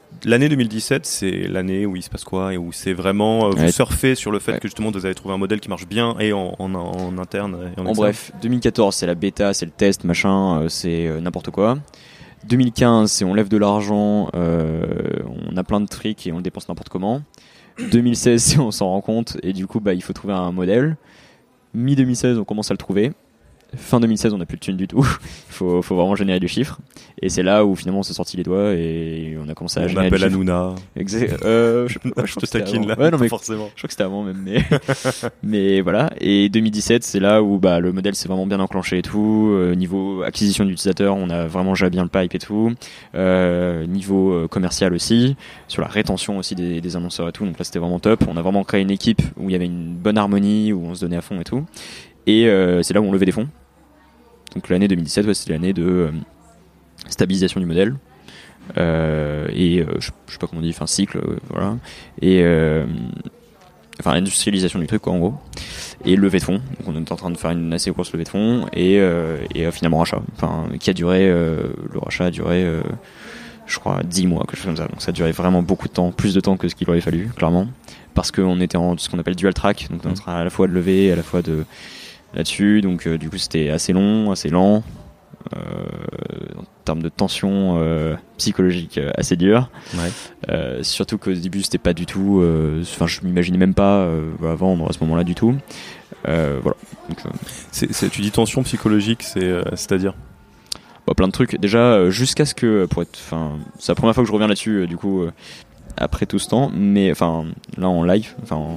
l'année 2017, c'est l'année où il se passe quoi et où c'est vraiment vous surfez sur le fait que justement vous avez trouvé un modèle qui marche bien et en interne et en externe. Bref, 2014 c'est la bêta, c'est le test, machin, c'est n'importe quoi. 2015 c'est on lève de l'argent, on a plein de tricks et on le dépense n'importe comment. 2016 c'est on s'en rend compte et du coup il faut trouver un modèle. Mi-2016 on commence à le trouver. Fin 2016 on n'a plus de thunes du tout. Il faut vraiment générer du chiffre. Et c'est là où finalement on s'est sorti les doigts et on a commencé à générer du chiffre. On appelle Hanouna. Je te taquine là, ouais, non, mais forcément. Je crois que c'était avant même, mais voilà. Et 2017 c'est là où le modèle s'est vraiment bien enclenché et tout. Niveau acquisition d'utilisateurs on a vraiment déjà bien le pipe et tout. Niveau commercial aussi. Sur la rétention aussi des annonceurs et tout. Donc là c'était vraiment top. On a vraiment créé une équipe où il y avait une bonne harmonie, où on se donnait à fond et tout. Et c'est là où on levait des fonds. Donc l'année 2017, c'était l'année de stabilisation du modèle. Et je sais pas comment on dit, cycle, voilà. Et industrialisation du truc, quoi, en gros. Et levée de fonds. Donc on était en train de faire une assez grosse levée de fonds. Et finalement rachat. Qui a duré, le rachat a duré, je crois, 10 mois, quelque chose comme ça. Donc ça a duré vraiment beaucoup de temps, plus de temps que ce qu'il aurait fallu, clairement. Parce qu'on était en ce qu'on appelle dual track. Donc on sera à la fois de levée, à la fois de là-dessus, donc du coup c'était assez long, assez lent, en termes de tension psychologique assez dur. Surtout qu'au début c'était pas du tout, je m'imaginais même pas vendre à ce moment-là du tout. Voilà. Donc, tu dis tension psychologique, c'est-à-dire plein de trucs. Déjà jusqu'à ce que, c'est la première fois que je reviens là-dessus, du coup après tout ce temps, mais là en live,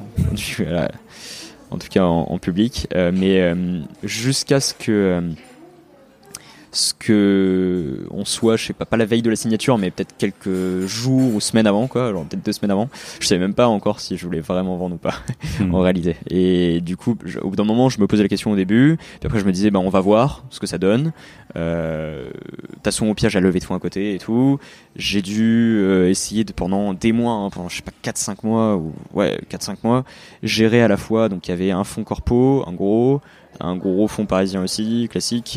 en tout cas en public, mais jusqu'à ce que on soit, je sais pas la veille de la signature, mais peut-être quelques jours ou semaines avant, quoi, genre peut-être 2 semaines avant, je savais même pas encore si je voulais vraiment vendre ou pas en réalité. Et du coup au bout d'un moment je me posais la question au début, puis après je me disais on va voir ce que ça donne. De toute façon au pire j'ai la levée de fonds à côté et tout. J'ai dû essayer pendant des mois, pendant je sais pas 4-5 mois ou 4-5 mois, gérer à la fois, donc il y avait un fonds corpo, un gros fonds parisien aussi classique,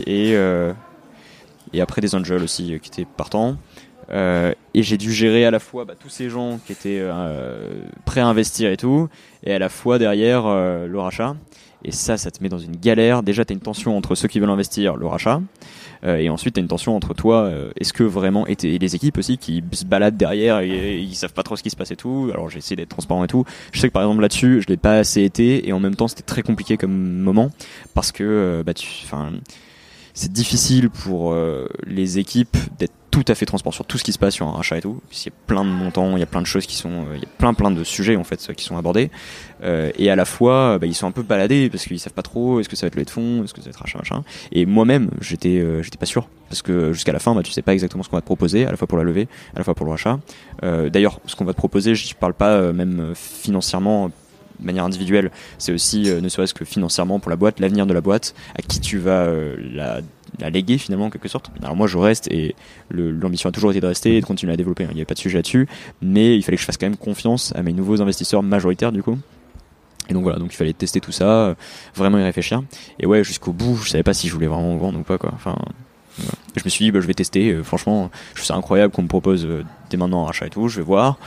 et après des angels aussi qui étaient partants. Et j'ai dû gérer à la fois tous ces gens qui étaient prêts à investir et tout, et à la fois derrière le rachat. Et ça te met dans une galère. Déjà t'as une tension entre ceux qui veulent investir, le rachat, et ensuite t'as une tension entre toi, est-ce que vraiment, et les équipes aussi qui se baladent derrière et ils savent pas trop ce qui se passe et tout. Alors j'ai essayé d'être transparent et tout. Je sais que par exemple là-dessus je l'ai pas assez été, et en même temps c'était très compliqué comme moment parce que c'est difficile pour les équipes d'être tout à fait transparent sur tout ce qui se passe sur un rachat et tout, puisqu'il y a plein de montants, il y a plein de choses il y a plein de sujets en fait qui sont abordés, et à la fois ils sont un peu baladés parce qu'ils savent pas trop est-ce que ça va être levée de fonds, est-ce que ça va être rachat, machin. Et moi-même j'étais pas sûr, parce que jusqu'à la fin tu sais pas exactement ce qu'on va te proposer, à la fois pour la levée, à la fois pour le rachat. D'ailleurs ce qu'on va te proposer, je parle pas même financièrement de manière individuelle, c'est aussi ne serait-ce que financièrement pour la boîte, l'avenir de la boîte, à qui tu vas la léguer finalement en quelque sorte. Alors moi je reste, et l'ambition a toujours été de rester et de continuer à développer, il n'y avait pas de sujet là-dessus, mais il fallait que je fasse quand même confiance à mes nouveaux investisseurs majoritaires du coup. Et donc voilà, donc il fallait tester tout ça, vraiment y réfléchir, et jusqu'au bout je savais pas si je voulais vraiment vendre ou pas, quoi. Je me suis dit je vais tester, franchement je trouve ça incroyable qu'on me propose dès maintenant un rachat et tout, je vais voir,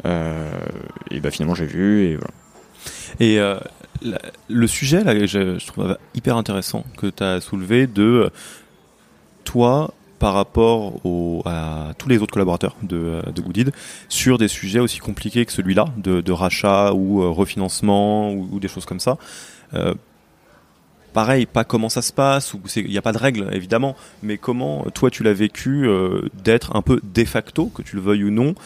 et finalement j'ai vu, et voilà. Et le sujet là, je trouve hyper intéressant que tu as soulevé, de toi par rapport à tous les autres collaborateurs de Goodid sur des sujets aussi compliqués que celui-là, de rachat ou refinancement ou des choses comme ça. Pareil, pas comment ça se passe, il n'y a pas de règles évidemment, mais comment toi tu l'as vécu d'être un peu de facto, que tu le veuilles ou non,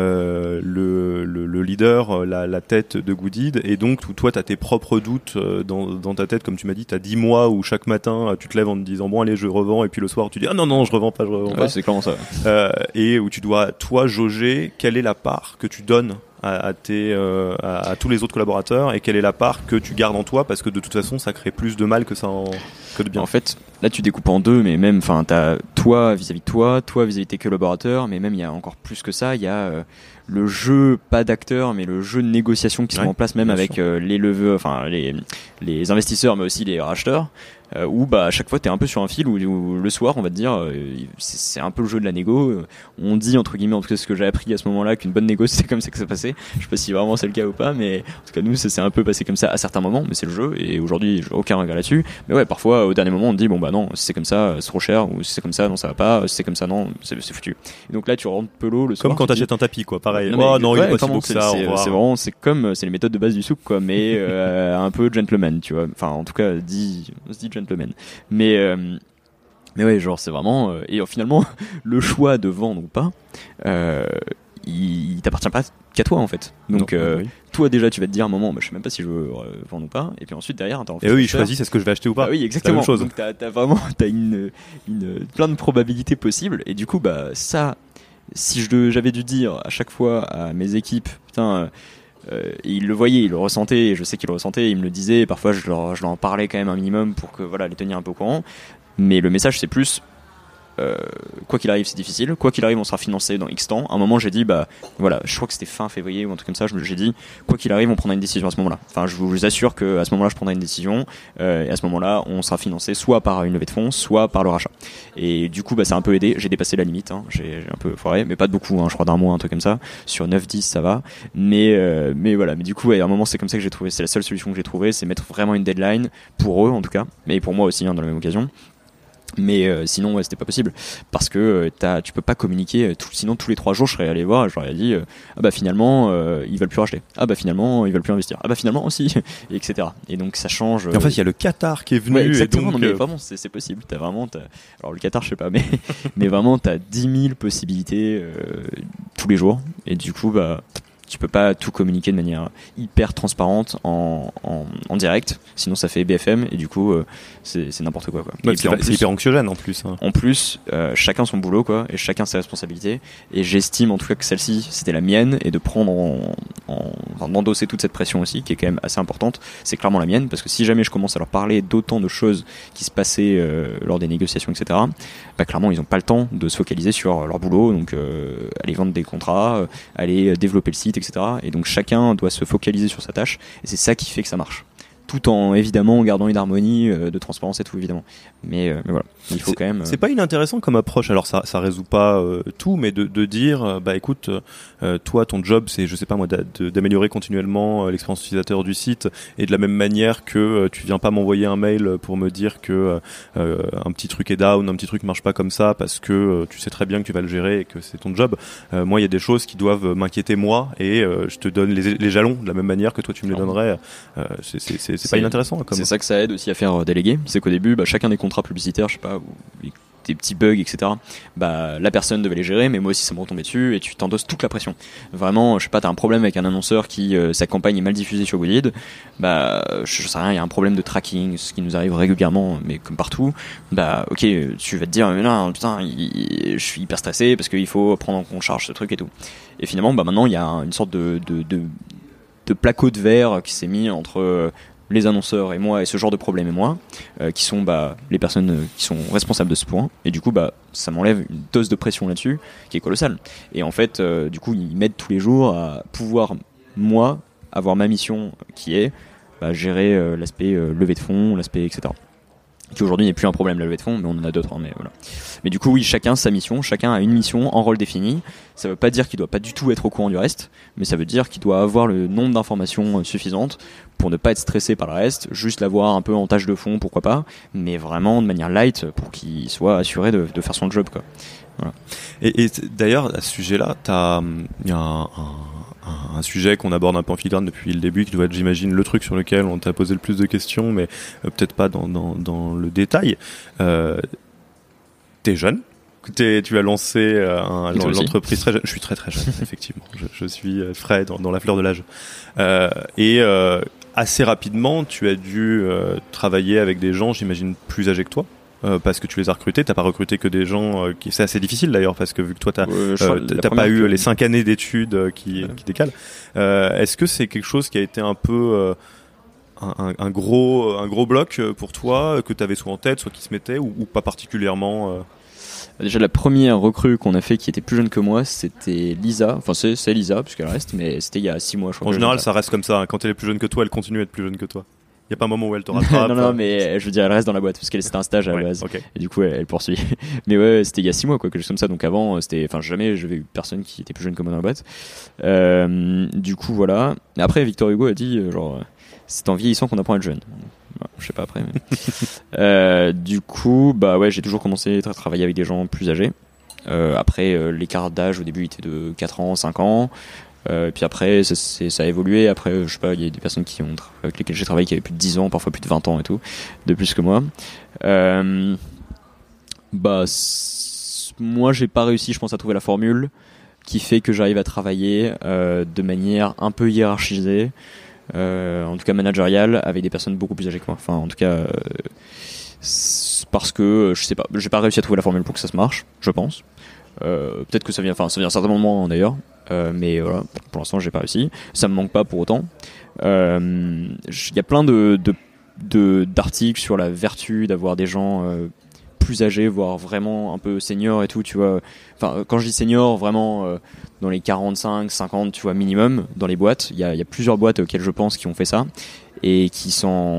le leader, la tête de Goodid, et donc toi tu as tes propres doutes dans ta tête, comme tu m'as dit, tu as 10 mois où chaque matin tu te lèves en te disant bon allez je revends, et puis le soir tu dis ah non je revends pas. C'est clairement ça. Et où tu dois toi jauger quelle est la part que tu donnes à tous les autres collaborateurs, et quelle est la part que tu gardes en toi, parce que de toute façon ça crée plus de mal que de bien. En fait là tu découpes en deux, mais même t'as toi vis-à-vis de toi vis-à-vis de tes collaborateurs, mais même il y a encore plus que ça, il y a le jeu, pas d'acteurs, mais le jeu de négociation qui se met en place même avec les leveux, les investisseurs, mais aussi les racheteurs. où à chaque fois t'es un peu sur un fil où le soir on va te dire c'est un peu le jeu de la négo, on dit entre guillemets, en tout cas ce que j'ai appris à ce moment-là, qu'une bonne négo c'est comme ça que ça passait. Je sais pas si vraiment c'est le cas ou pas, mais en tout cas nous ça s'est un peu passé comme ça à certains moments, mais c'est le jeu et aujourd'hui j'ai aucun regret là-dessus. Mais ouais, parfois au dernier moment on te dit non, si c'est comme ça c'est trop cher, ou si c'est comme ça non ça va pas, si c'est comme ça non c'est foutu. Et donc là tu rentres pelots le soir. Comme quand t'achètes un tapis quoi, pareil. Non, il est pas si beau que ça. C'est vraiment, c'est comme, c'est les méthodes de base du souk quoi, mais un peu gentleman, tu vois. Enfin, en tout cas, on se dit gentleman. Mais ouais, genre c'est vraiment et finalement le choix de vendre ou pas, il t'appartient pas qu'à toi en fait. Donc oui. toi déjà tu vas te dire à un moment, je sais même pas si je veux vendre ou pas, et puis ensuite derrière t'as envie. Et eux ils choisissent est-ce que je vais acheter ou pas. Oui, exactement. C'est la même chose. Donc t'as vraiment une plein de probabilités possibles, et du coup ça, si j'avais dû dire à chaque fois à mes équipes, putain. Ils le voyaient, ils le ressentaient, et je sais qu'ils le ressentaient, ils me le disaient, parfois je leur en parlais quand même un minimum pour que les tenir un peu au courant, mais le message c'est plus quoi qu'il arrive c'est difficile, quoi qu'il arrive on sera financé dans X temps. À un moment j'ai dit je crois que c'était fin février ou un truc comme ça, j'ai dit quoi qu'il arrive on prendra une décision à ce moment-là, enfin je vous assure qu'à ce moment-là je prendrai une décision, et à ce moment-là on sera financé soit par une levée de fonds soit par le rachat, et du coup ça a un peu aidé. J'ai dépassé la limite, j'ai un peu foiré, mais pas de beaucoup, je crois d'un mois, un truc comme ça, sur 9-10 ça va, mais voilà, mais du coup à un moment c'est comme ça que j'ai trouvé, c'est la seule solution que j'ai trouvée, c'est mettre vraiment une deadline pour eux en tout cas, mais pour moi aussi dans la même occasion. Mais sinon c'était pas possible parce que tu peux pas communiquer sinon tous les 3 jours je serais allé voir et je leur ai dit finalement ils veulent plus racheter, finalement ils veulent plus investir, finalement aussi et etc. Et donc ça change. Et en fait il y a le Qatar qui est venu, exactement, et donc, mais vraiment c'est possible, alors le Qatar je sais pas, mais vraiment t'as 10 000 possibilités tous les jours, et du coup tu peux pas tout communiquer de manière hyper transparente en direct, sinon ça fait BFM, et du coup c'est n'importe quoi. Ouais, c'est hyper anxiogène en plus. En plus, chacun son boulot quoi, et chacun ses responsabilités. Et j'estime en tout cas que celle-ci c'était la mienne, et de prendre d'endosser toute cette pression aussi, qui est quand même assez importante. C'est clairement la mienne, parce que si jamais je commence à leur parler d'autant de choses qui se passaient lors des négociations, etc. Clairement ils ont pas le temps de se focaliser sur leur boulot, donc aller vendre des contrats, aller développer le site, etc. Et donc chacun doit se focaliser sur sa tâche, et c'est ça qui fait que ça marche, tout en évidemment gardant une harmonie de transparence et tout évidemment, mais voilà, il faut quand même c'est pas inintéressant comme approche. Alors ça résout pas tout, mais de dire écoute, toi ton job c'est, je sais pas moi, d'améliorer continuellement l'expérience utilisateur du site, et de la même manière que tu viens pas m'envoyer un mail pour me dire que un petit truc est down, un petit truc marche pas comme ça, parce que tu sais très bien que tu vas le gérer et que c'est ton job. Moi il y a des choses qui doivent m'inquiéter moi, et je te donne les jalons de la même manière que toi tu me les donnerais. C'est pas inintéressant comme... C'est ça que ça aide aussi à faire déléguer, c'est qu'au début chacun des contrats publicitaires, je sais pas, ou des petits bugs, etc. La personne devait les gérer, mais moi aussi ça me retombait dessus, et tu t'endosses toute la pression. Vraiment, je sais pas, t'as un problème avec un annonceur qui sa campagne est mal diffusée sur Goodlead, je sais rien, il y a un problème de tracking, ce qui nous arrive régulièrement, mais comme partout. Ok, tu vas te dire, mais non, putain, je suis hyper stressé parce qu'il faut prendre en charge ce truc et tout. Et finalement, maintenant il y a une sorte de placo de verre qui s'est mis entre les annonceurs et moi, et ce genre de problème et moi, qui sont les personnes qui sont responsables de ce point, et du coup ça m'enlève une dose de pression là-dessus qui est colossale. Et en fait du coup ils m'aident tous les jours à pouvoir moi avoir ma mission qui est gérer l'aspect levée de fonds, l'aspect etc. Qui aujourd'hui n'est plus un problème, la levée de fonds, mais on en a d'autres, mais voilà. Mais du coup oui, chacun sa mission, chacun a une mission en rôle défini. Ça veut pas dire qu'il doit pas du tout être au courant du reste, mais ça veut dire qu'il doit avoir le nombre d'informations suffisantes pour ne pas être stressé par le reste, juste l'avoir un peu en tâche de fond, pourquoi pas, mais vraiment de manière light pour qu'il soit assuré de faire son job quoi. Voilà. Et d'ailleurs à ce sujet-là, il y a un sujet qu'on aborde un peu en filigrane depuis le début, qui doit être, j'imagine, le truc sur lequel on t'a posé le plus de questions, mais peut-être pas dans le détail. T'es jeune, tu as lancé l'entreprise très jeune. Je suis très très jeune, effectivement. Je suis frais dans la fleur de l'âge. Assez rapidement, tu as dû travailler avec des gens, j'imagine, plus âgés que toi. Parce que tu les as recrutés, t'as pas recruté que des gens c'est assez difficile d'ailleurs, parce que vu que toi t'as pas eu les 5 années d'études qui décalent. Est-ce que c'est quelque chose qui a été un peu un gros bloc pour toi, que t'avais soit en tête, soit qui se mettait, ou pas particulièrement Déjà la première recrue qu'on a fait qui était plus jeune que moi, c'était Lisa, enfin c'est Lisa puisqu'elle reste, mais c'était il y a 6 mois je crois. En général ça reste comme ça, quand elle est plus jeune que toi, elle continue à être plus jeune que toi. y a pas un moment où elle te rattrape? Non, mais je veux dire, elle reste dans la boîte parce qu'elle c'était un stage à la base. Et du coup, elle poursuit. Mais ouais, c'était il y a 6 mois, quoi, quelque chose comme ça. Donc avant, jamais j'avais eu personne qui était plus jeune que moi dans la boîte. Du coup, voilà. Après, Victor Hugo a dit, c'est en vieillissant qu'on apprend à être jeune. Je sais pas après. Mais... du coup, bah ouais, j'ai toujours commencé à travailler avec des gens plus âgés. Après, l'écart d'âge au début était de 4 ans, 5 ans. Puis après, ça a évolué. Après, je sais pas, il y a des personnes avec lesquelles j'ai travaillé qui avaient plus de 10 ans, parfois plus de 20 ans et tout, de plus que moi. Moi, j'ai pas réussi, je pense, à trouver la formule qui fait que j'arrive à travailler de manière un peu hiérarchisée. En tout cas managériale, avec des personnes beaucoup plus âgées que moi. Enfin, en tout cas, parce que je sais pas, j'ai pas réussi à trouver la formule pour que ça se marche, je pense. Peut-être que ça vient certainement de moi d'ailleurs, mais voilà, pour l'instant j'ai pas réussi. Ça me manque pas pour autant. Il y a plein d'articles sur la vertu d'avoir des gens plus âgés, voire vraiment un peu seniors et tout, tu vois. Enfin, quand je dis senior, vraiment dans les 45, 50, tu vois, minimum, dans les boîtes. Il y a plusieurs boîtes auxquelles je pense qui ont fait ça et qui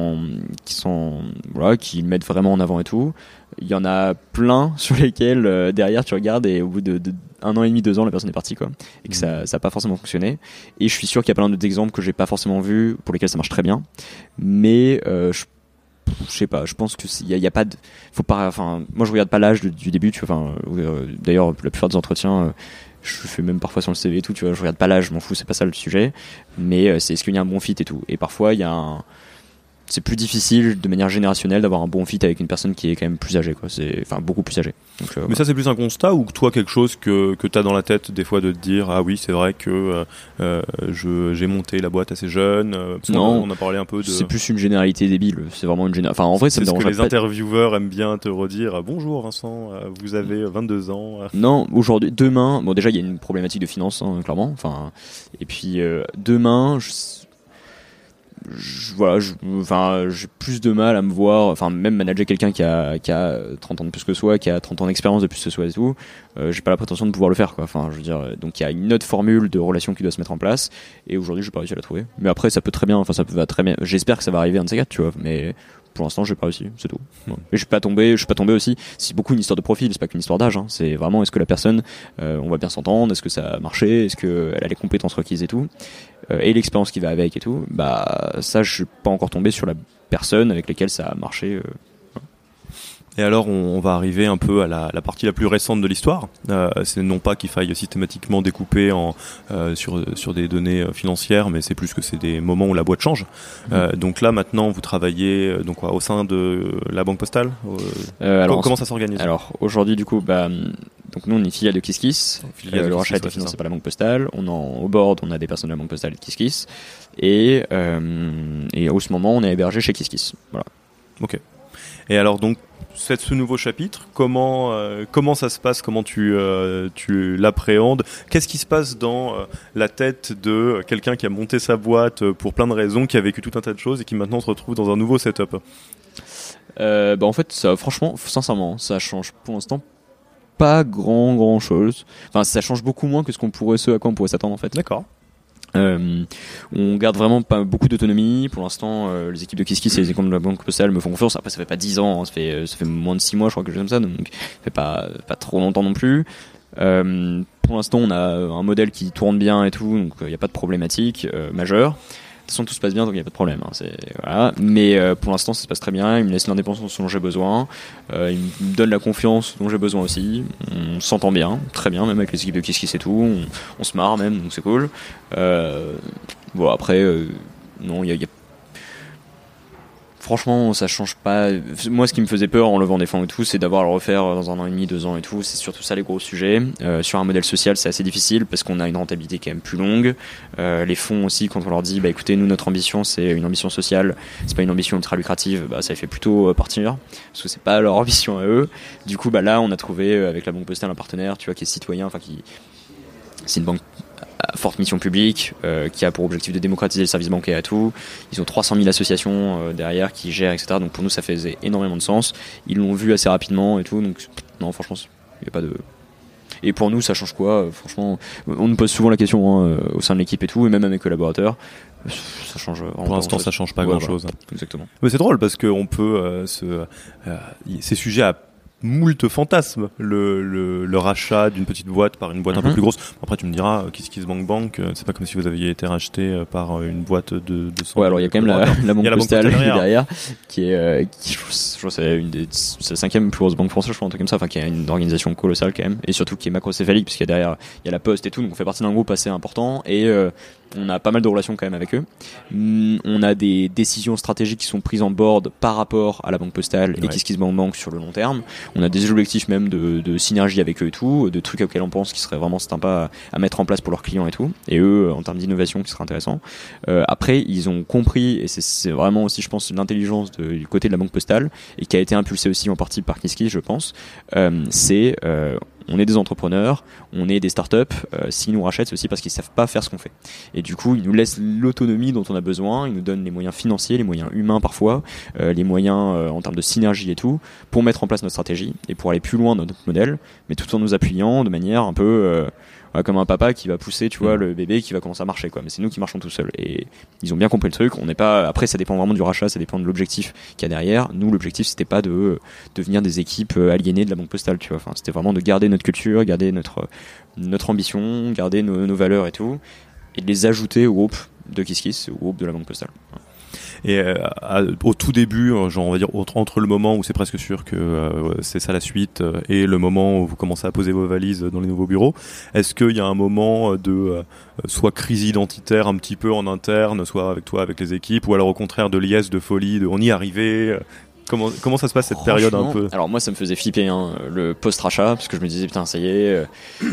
le mettent vraiment en avant et tout. Il y en a plein sur lesquels derrière tu regardes et au bout de 1 an et demi, 2 ans, la personne est partie, quoi, et que ça a pas forcément fonctionné. Et je suis sûr qu'il y a plein d'autres exemples que j'ai pas forcément vus pour lesquels ça marche très bien, mais je sais pas, je pense que y a pas de, faut pas, enfin, moi je regarde pas l'âge du début, tu vois, enfin, d'ailleurs la plupart des entretiens je fais même parfois sur le CV et tout, tu vois, je regarde pas l'âge, je m'en fous, c'est pas ça le sujet, mais c'est est-ce qu'il y a un bon fit et tout. Et parfois c'est plus difficile de manière générationnelle d'avoir un bon fit avec une personne qui est quand même plus âgée, quoi. Enfin beaucoup plus âgée. Donc, mais ça c'est plus un constat ou toi quelque chose que t'as dans la tête des fois de te dire ah oui c'est vrai que j'ai monté la boîte assez jeune. Non, on a parlé un peu de. C'est plus une généralité débile. C'est vraiment une généralité. Enfin en vrai ça me dérange pas. C'est ce que les intervieweurs aiment bien te redire. Bonjour Vincent, vous avez 22 ans. Non, aujourd'hui, demain. Bon déjà il y a une problématique de finance, hein, clairement. Enfin et puis demain. J'ai plus de mal à me voir, enfin même manager quelqu'un qui a 30 ans de plus que soi, qui a 30 ans d'expérience de plus que soi et tout, j'ai pas la prétention de pouvoir le faire, quoi. Enfin je veux dire, donc il y a une autre formule de relation qui doit se mettre en place et aujourd'hui j'ai pas réussi à la trouver, mais après ça peut très bien, enfin ça va très bien, j'espère que ça va arriver un de ces quatre, tu vois, mais pour l'instant j'ai pas réussi, c'est tout. Ouais. Et je suis pas tombé aussi, c'est beaucoup une histoire de profil, c'est pas qu'une histoire d'âge, hein. C'est vraiment est-ce que la personne on va bien s'entendre, est-ce que ça a marché, est-ce que elle a les compétences requises et tout, et l'expérience qui va avec et tout. Bah ça je suis pas encore tombé sur la personne avec laquelle ça a marché. Et alors on va arriver un peu à la partie la plus récente de l'histoire. C'est non pas qu'il faille systématiquement découper sur des données financières, mais c'est plus que c'est des moments où la boîte change. Donc là maintenant vous travaillez au sein de la Banque Postale. Comment ça s'organise? Alors aujourd'hui du coup donc nous on est filiale de KissKiss. Le rachat a été financé par la Banque Postale. Au board on a des personnes de la Banque Postale et de KissKiss. Et au ce moment on est hébergé chez KissKiss. Voilà. Ok. Et alors donc ce nouveau chapitre, comment ça se passe, comment tu l'appréhendes, qu'est-ce qui se passe dans la tête de quelqu'un qui a monté sa boîte pour plein de raisons, qui a vécu tout un tas de choses et qui maintenant se retrouve dans un nouveau setup? En fait ça, franchement, sincèrement, ça change pour l'instant pas grand chose. Enfin ça change beaucoup moins que ce à quoi on pourrait s'attendre en fait. D'accord. On garde vraiment pas beaucoup d'autonomie pour l'instant. Les équipes de KissKiss et les équipes de la Banque Postale me font confiance. Après ça fait pas 10 ans, hein, ça fait moins de 6 mois je crois que j'ai comme ça, donc ça fait pas trop longtemps non plus. Pour l'instant on a un modèle qui tourne bien et tout, donc il n'y a pas de problématique majeure. De toute façon tout se passe bien, donc il n'y a pas de problème, hein, voilà. Mais pour l'instant ça se passe très bien, il me laisse l'indépendance dont j'ai besoin, il me donne la confiance dont j'ai besoin aussi, on s'entend bien, très bien, même avec les équipes de KissKiss et tout, on se marre même, donc c'est cool. Bon après, non, il y a franchement ça change pas. Moi ce qui me faisait peur en levant des fonds et tout, c'est d'avoir à le refaire dans 1 an et demi, 2 ans et tout, c'est surtout ça les gros sujets. Sur un modèle social c'est assez difficile parce qu'on a une rentabilité quand même plus longue. Les fonds aussi, quand on leur dit écoutez nous notre ambition c'est une ambition sociale, c'est pas une ambition ultra lucrative, ça les fait plutôt partir parce que c'est pas leur ambition à eux. Du coup là on a trouvé avec la Banque Postale un partenaire, tu vois, qui est citoyen, c'est une banque à forte mission publique, qui a pour objectif de démocratiser le service bancaire et tout. Ils ont 300 000 associations derrière qui gèrent, etc. Donc pour nous ça faisait énormément de sens. Ils l'ont vu assez rapidement et tout, donc non franchement il Et pour nous, ça change quoi? Franchement, on nous pose souvent la question au sein de l'équipe et tout, et même avec mes collaborateurs. Ça change. Pour l'instant, ça change pas grand-chose. Voilà. Exactement. Mais c'est drôle parce qu'on peut ces sujets à moult fantasmes, le rachat d'une petite boîte par une boîte un peu plus grosse. Après tu me diras, KissKissBankBank, c'est pas comme si vous aviez été racheté par une boîte de 100. Ouais, alors il y a quand même la banque postale derrière, qui je crois c'est c'est la 5e plus grosse banque française, je crois, un truc comme ça, enfin qui a une organisation colossale quand même, et surtout qui est macrocéphalique, parce qu'il y a derrière, il y a la Poste et tout, donc on fait partie d'un groupe assez important, et on a pas mal de relations quand même avec eux. On a des décisions stratégiques qui sont prises en board par rapport à la banque postale et KissKissBankBank sur le long terme. On a des objectifs même de synergie avec eux et tout, de trucs auxquels on pense qui seraient vraiment sympas à mettre en place pour leurs clients et tout. Et eux, en termes d'innovation, qui serait intéressant. Après, ils ont compris, et c'est vraiment aussi, je pense, l'intelligence du côté de la banque postale, et qui a été impulsée aussi en partie par KissKiss, je pense, on est des entrepreneurs, on est des startups. S'ils nous rachètent, c'est aussi parce qu'ils savent pas faire ce qu'on fait. Et du coup, ils nous laissent l'autonomie dont on a besoin. Ils nous donnent les moyens financiers, les moyens humains parfois, les moyens en termes de synergie et tout, pour mettre en place notre stratégie et pour aller plus loin dans notre modèle, mais tout en nous appuyant de manière un peu comme un papa qui va pousser, tu vois, le bébé qui va commencer à marcher, quoi. Mais c'est nous qui marchons tout seuls. Et ils ont bien compris le truc. On n'est pas. Après, ça dépend vraiment du rachat, ça dépend de l'objectif qu'il y a derrière. Nous, l'objectif, c'était pas de devenir des équipes aliénées de la banque postale, tu vois. Enfin, c'était vraiment de garder notre culture, garder notre ambition, garder nos valeurs et tout, et de les ajouter au groupe de KissKiss, au groupe de la banque postale. Et au tout début, genre on va dire entre le moment où c'est presque sûr que c'est ça la suite et le moment où vous commencez à poser vos valises dans les nouveaux bureaux, est-ce qu'il y a un moment de soit crise identitaire un petit peu en interne, soit avec toi, avec les équipes, ou alors au contraire de liesse, de folie, de on y est arrivé? Comment ça se passe cette période un peu? Alors moi ça me faisait flipper le post-rachat, parce que je me disais putain ça y est,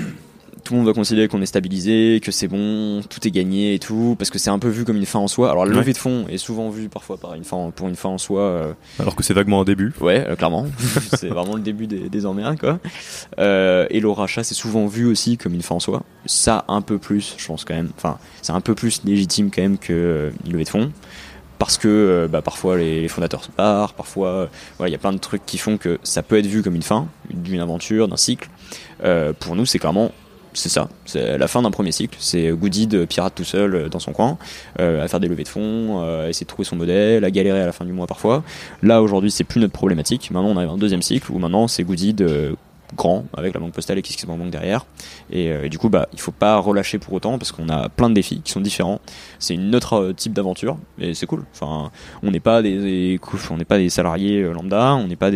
tout le monde va considérer qu'on est stabilisé, que c'est bon, tout est gagné et tout, parce que c'est un peu vu comme une fin en soi. Alors la levée de fonds est souvent vue parfois pour une fin en soi. Alors que c'est vaguement un début. Ouais, clairement. C'est vraiment le début des emmerdes, quoi. Et le rachat c'est souvent vu aussi comme une fin en soi. Ça un peu plus, je pense quand même. Enfin, c'est un peu plus légitime quand même que une levée de fonds. Parce que parfois les fondateurs se barrent, parfois il y a plein de trucs qui font que ça peut être vu comme une fin d'une aventure, d'un cycle. Pour nous, c'est clairement ça, c'est la fin d'un premier cycle. C'est Goodid pirate tout seul dans son coin, à faire des levées de fonds, à essayer de trouver son modèle, à galérer à la fin du mois parfois. Là aujourd'hui, c'est plus notre problématique. Maintenant, on arrive à un deuxième cycle où maintenant c'est Goodid grand avec la banque postale et KissKissBankBank derrière, et du coup il faut pas relâcher pour autant, parce qu'on a plein de défis qui sont différents. C'est une autre type d'aventure et c'est cool. Enfin, on n'est pas des salariés lambda, on n'est pas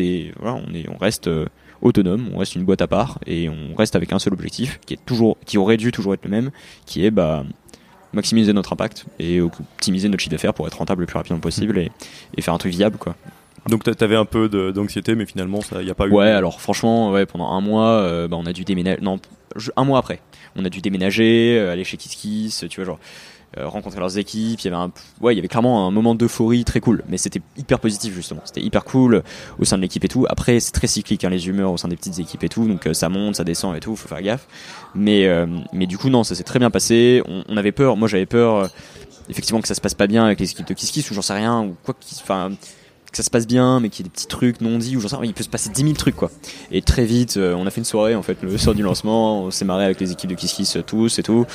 on reste autonome, on reste une boîte à part et on reste avec un seul objectif qui aurait dû toujours être le même, qui est maximiser notre impact et optimiser notre chiffre d'affaires pour être rentable le plus rapidement possible et faire un truc viable, quoi. Donc t'avais un peu d'anxiété, mais finalement ça y a pas eu. Ouais, alors franchement, pendant un mois, on a dû déménager. Non, un mois après, on a dû déménager, aller chez KissKiss, tu vois, genre rencontrer leurs équipes. Il y avait clairement un moment d'euphorie très cool, mais c'était hyper positif justement. C'était hyper cool au sein de l'équipe et tout. Après, c'est très cyclique, les humeurs au sein des petites équipes et tout, donc ça monte, ça descend et tout, faut faire gaffe. Mais du coup non, ça s'est très bien passé. On avait peur. Moi, j'avais peur effectivement que ça se passe pas bien avec les équipes de KissKiss, ou j'en sais rien, ou quoi que ça se passe bien, mais qu'il y ait des petits trucs non dits, ou j'en sais rien, il peut se passer 10 000 trucs, quoi. Et très vite, on a fait une soirée, en fait, le soir du lancement, on s'est marré avec les équipes de KissKiss tous et tout,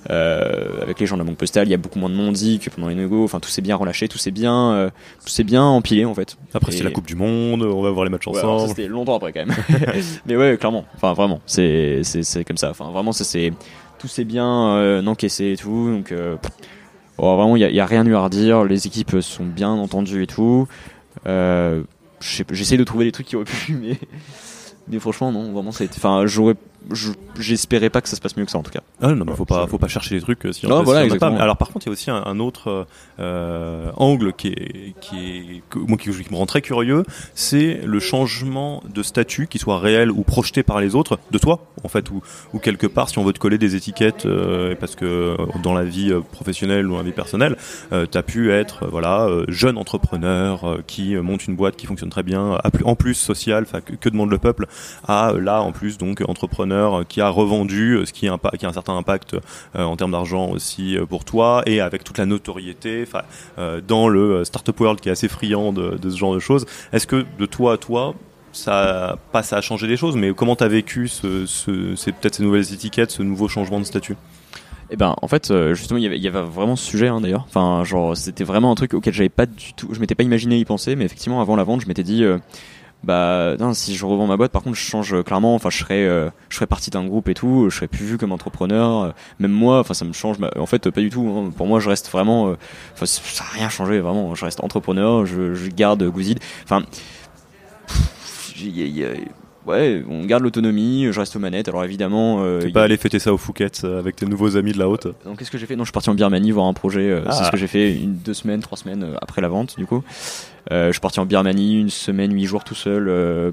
avec les gens de la banque postale, il y a beaucoup moins de non-dits que pendant les négos, enfin, tout s'est bien relâché, tout s'est bien empilé, en fait. Après, c'est la Coupe du Monde, on va voir les matchs ensemble. Ça, c'était longtemps après, quand même. Mais ouais, clairement. Enfin, vraiment, c'est comme ça. Enfin, vraiment, tout s'est bien encaissé et tout, donc, vraiment, il y a rien eu à redire, les équipes sont bien entendues et tout. J'essaie de trouver des trucs qui auraient pu, mais franchement non, vraiment j'espérais pas que ça se passe mieux que ça, en tout cas. Ah non, mais faut pas chercher les trucs si on non, voilà, pas. Alors par contre, il y a aussi un autre angle qui me rend très curieux, c'est le changement de statut, qui soit réel ou projeté par les autres, de toi en fait, ou quelque part, si on veut te coller des étiquettes, parce que dans la vie professionnelle ou dans la vie personnelle, t'as pu être jeune entrepreneur qui monte une boîte qui fonctionne très bien, en plus social, que demande le peuple, là en plus donc entrepreneur qui a revendu, ce qui a un certain impact en termes d'argent aussi pour toi, et avec toute la notoriété dans le startup world qui est assez friand de ce genre de choses. Est-ce que de toi à toi, ça a changé les choses, mais comment t'as vécu peut-être ces nouvelles étiquettes, ce nouveau changement de statut? Eh ben, en fait, justement, il y avait vraiment ce sujet, d'ailleurs. Enfin, genre, c'était vraiment un truc auquel je m'étais pas imaginé y penser, mais effectivement, avant la vente, je m'étais dit, non, si je revends ma boîte, par contre, je change clairement. Enfin, je serais partie d'un groupe et tout. Je serais plus vu comme entrepreneur. Même moi, enfin, ça me change. En fait, pas du tout. Hein. Pour moi, je reste vraiment. Enfin, ça n'a rien changé vraiment. Je reste entrepreneur. Je garde Goozid. Enfin, ouais, on garde l'autonomie, je reste aux manettes. Alors évidemment, t'es pas allé fêter ça au Phuket avec tes nouveaux amis de la haute? Donc qu'est-ce que j'ai fait? Non, je suis parti en Birmanie voir un projet. C'est ce que j'ai fait 2 semaines, 3 semaines après la vente, du coup. Je suis parti en Birmanie 1 semaine, 8 jours tout seul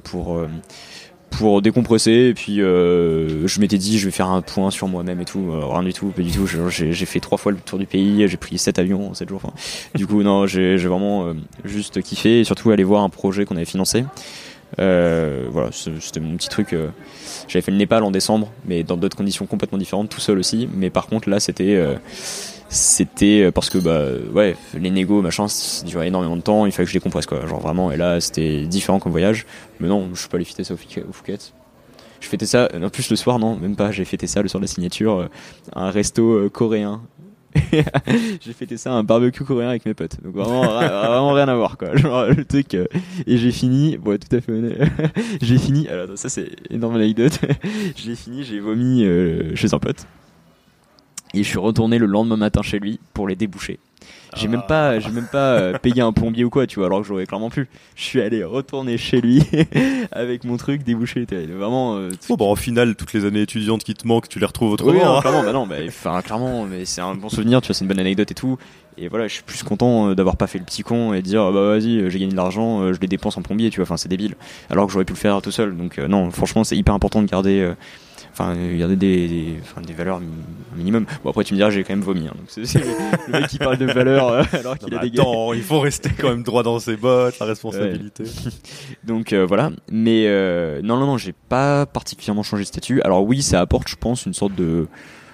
pour décompresser. Et puis je m'étais dit, je vais faire un point sur moi-même et tout. Rien du tout, pas du tout. J'ai fait 3 fois le tour du pays. J'ai pris 7 avions en 7 jours. Enfin, du coup, non, j'ai vraiment juste kiffé et surtout aller voir un projet qu'on avait financé. Voilà, c'était mon petit truc. J'avais fait le Népal en décembre, mais dans d'autres conditions complètement différentes, tout seul aussi. Mais par contre, là, c'était parce que ouais, les négos, machin, ça durait énormément de temps. Il fallait que je décompresse, quoi. Genre vraiment. Et là, c'était différent comme voyage. Mais non, je suis pas allé fêter ça au Phuket. Je fêtais ça. En plus, le soir, non, même pas. J'ai fêté ça le soir de la signature, un resto coréen. J'ai fêté ça un barbecue coréen avec mes potes, donc vraiment rien à voir, quoi. Genre le truc et j'ai fini, pour être tout à fait honnête, j'ai fini, alors ça c'est une énorme anecdote, j'ai vomi chez un pote et je suis retourné le lendemain matin chez lui pour les déboucher. J'ai même pas payé un plombier ou quoi, tu vois, alors que j'aurais clairement pu. Je suis allé retourner chez lui avec mon truc, déboucher les terrils. Vraiment. Au final, toutes les années étudiantes qui te manquent, tu les retrouves autrement. Oui, clairement, clairement, mais c'est un bon souvenir, tu vois, c'est une bonne anecdote et tout. Et voilà, je suis plus content d'avoir pas fait le petit con et de dire, vas-y, j'ai gagné de l'argent, je les dépense en plombier, tu vois, enfin, c'est débile. Alors que j'aurais pu le faire tout seul. Donc, non, franchement, c'est hyper important de garder des valeurs minimum. Bon, après tu me diras, j'ai quand même vomi, hein, donc c'est le mec qui parle de valeurs alors qu'il a des gars. Attends, il faut rester quand même droit dans ses bottes, la responsabilité. Ouais. Donc voilà, mais non, j'ai pas particulièrement changé de statut. Alors oui, ça apporte, je pense, une sorte de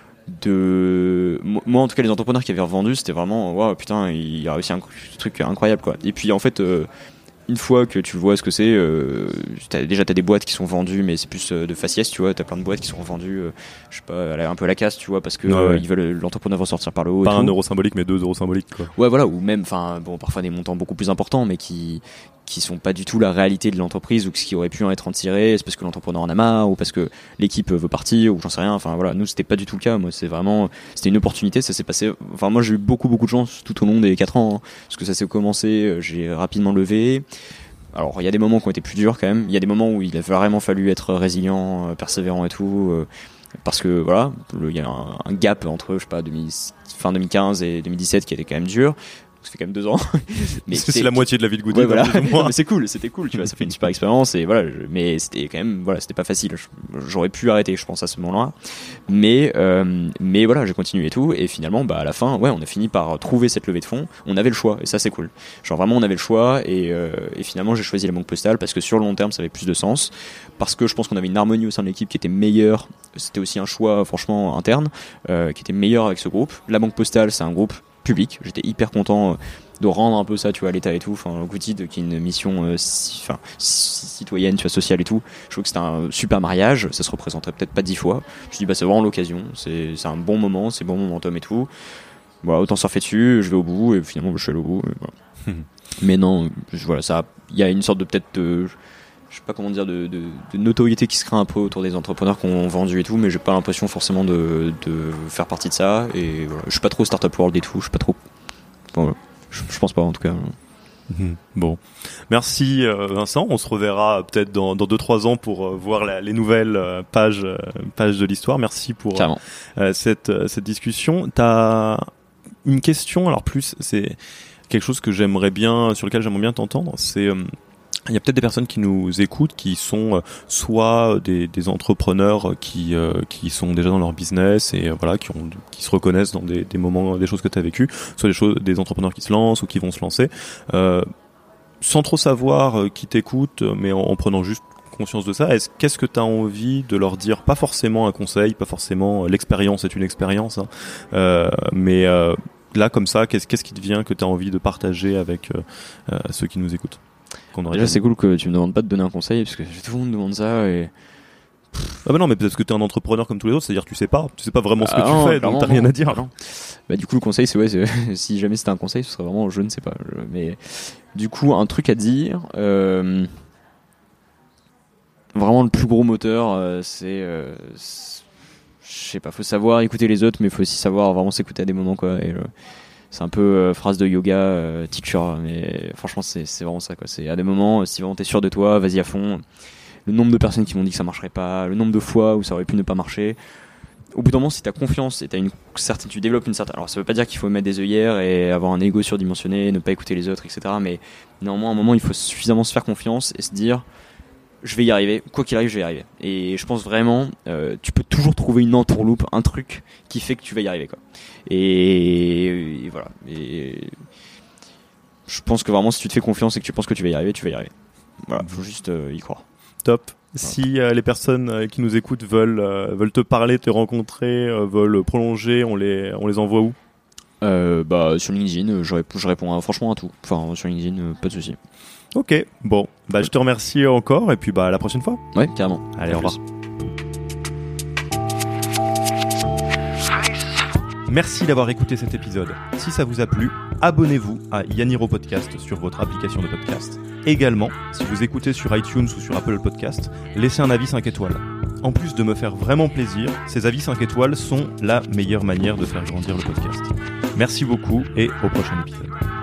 moi en tout cas, les entrepreneurs qui avaient revendu, c'était vraiment waouh, putain, il a réussi un truc incroyable, quoi. Et puis en fait, une fois que tu vois ce que c'est, t'as des boîtes qui sont vendues, mais c'est plus de faciès, tu vois. T'as plein de boîtes qui sont vendues, je sais pas, un peu à la casse, tu vois, parce que ils veulent l'entrepreneur ressortir par le haut. Pas 1 euro symbolique, mais 2 euros symboliques, quoi. Ouais, voilà, ou même, parfois des montants beaucoup plus importants, mais qui sont pas du tout la réalité de l'entreprise, ou ce qui aurait pu en être en tiré, c'est parce que l'entrepreneur en a marre, ou parce que l'équipe veut partir, ou j'en sais rien. Enfin voilà, nous c'était pas du tout le cas. Moi, c'était une opportunité, ça s'est passé. Enfin, moi j'ai eu beaucoup de chance tout au long des 4 ans, hein, parce que ça s'est commencé, j'ai rapidement levé. Alors il y a des moments qui ont été plus durs quand même. Il y a des moments où il a vraiment fallu être résilient, persévérant et tout, parce que voilà, il y a un gap entre, je sais pas, fin 2015 et 2017 qui était quand même dur. Ça fait quand même 2 ans. Mais c'est la moitié de la vie de Goody. Ouais, voilà. Non, mais c'était cool, tu vois, ça fait une super expérience et voilà, mais c'était quand même, voilà, c'était pas facile. J'aurais pu arrêter, je pense, à ce moment-là. Mais voilà, j'ai continué et tout, et finalement, à la fin, ouais, on a fini par trouver cette levée de fonds. On avait le choix, et ça, c'est cool. Genre vraiment, on avait le choix, et finalement, j'ai choisi la Banque Postale parce que sur le long terme, ça avait plus de sens. Parce que je pense qu'on avait une harmonie au sein de l'équipe qui était meilleure. C'était aussi un choix, franchement, interne, qui était meilleur avec ce groupe. La Banque Postale, c'est un groupe public. J'étais hyper content de rendre un peu ça, tu vois, à l'État et tout. Enfin, Goodseed, qui est une mission citoyenne, tu vois, sociale et tout. Je trouve que c'était un super mariage. Ça se représenterait peut-être pas 10 fois. Je me suis dit, c'est vraiment l'occasion. C'est un bon moment, c'est bon momentum et tout. Voilà, autant surfer dessus, je vais au bout, et finalement, je suis allé au bout. Voilà. Mais non, voilà, ça, il y a une sorte de je sais pas comment dire, de notoriété qui se crée un peu autour des entrepreneurs qui ont vendu et tout, mais j'ai pas l'impression forcément de faire partie de ça. Et voilà, je suis pas trop Startup World et tout, je suis pas trop. Bon, je pense pas en tout cas. Bon, merci Vincent. On se reverra peut-être dans 2-3 ans pour voir les nouvelles pages de l'histoire. Merci pour cette discussion. T'as une question, alors plus c'est quelque chose que sur lequel j'aimerais bien t'entendre. C'est il y a peut-être des personnes qui nous écoutent qui sont soit des entrepreneurs qui sont déjà dans leur business et voilà qui se reconnaissent dans des moments, des choses que tu as vécues, soit des entrepreneurs qui se lancent ou qui vont se lancer sans trop savoir qui t'écoute, mais en prenant juste conscience de ça. Qu'est-ce que tu as envie de leur dire? Pas forcément un conseil, pas forcément l'expérience est une expérience, hein, mais là comme ça, qu'est-ce qui te vient que tu as envie de partager avec ceux qui nous écoutent? Déjà, c'est cool que tu me demandes pas de donner un conseil, parce que tout le monde me demande ça et. Ah bah non, mais parce que t'es un entrepreneur comme tous les autres, c'est-à-dire que tu sais pas vraiment ce que tu fais, donc t'as rien à dire. Bah du coup le conseil c'est si jamais c'était un conseil, ce serait vraiment je ne sais pas. Mais du coup un truc à dire, vraiment le plus gros moteur, c'est je sais pas, faut savoir écouter les autres, mais faut aussi savoir vraiment s'écouter à des moments quoi. Et c'est un peu phrase de yoga teacher, mais franchement c'est vraiment ça quoi. C'est à des moments, si vraiment t'es sûr de toi, vas-y à fond. Le nombre de personnes qui m'ont dit que ça marcherait pas, le nombre de fois où ça aurait pu ne pas marcher. Au bout d'un moment, si t'as confiance et tu développes une certaine. Alors ça veut pas dire qu'il faut mettre des œillères et avoir un ego surdimensionné, ne pas écouter les autres, etc. Mais néanmoins, à un moment, il faut suffisamment se faire confiance et se dire je vais y arriver, quoi qu'il arrive, je vais y arriver. Et je pense vraiment, tu peux toujours trouver une entourloupe, un truc qui fait que tu vas y arriver, quoi. Et voilà. Et je pense que vraiment, si tu te fais confiance et que tu penses que tu vas y arriver, tu vas y arriver. Voilà, faut juste y croire. Top. Si les personnes qui nous écoutent veulent te parler, te rencontrer, veulent prolonger, on les envoie où ? Sur LinkedIn, je réponds franchement à tout. Enfin, sur LinkedIn, pas de souci. Ok, bon, je te remercie encore et puis à la prochaine fois. Ouais, carrément. Allez, au revoir. Merci d'avoir écouté cet épisode. Si ça vous a plu, abonnez-vous à Yaniro Podcast sur votre application de podcast. Également, si vous écoutez sur iTunes ou sur Apple Podcast, laissez un avis 5 étoiles. En plus de me faire vraiment plaisir, ces avis 5 étoiles sont la meilleure manière de faire grandir le podcast. Merci beaucoup et au prochain épisode.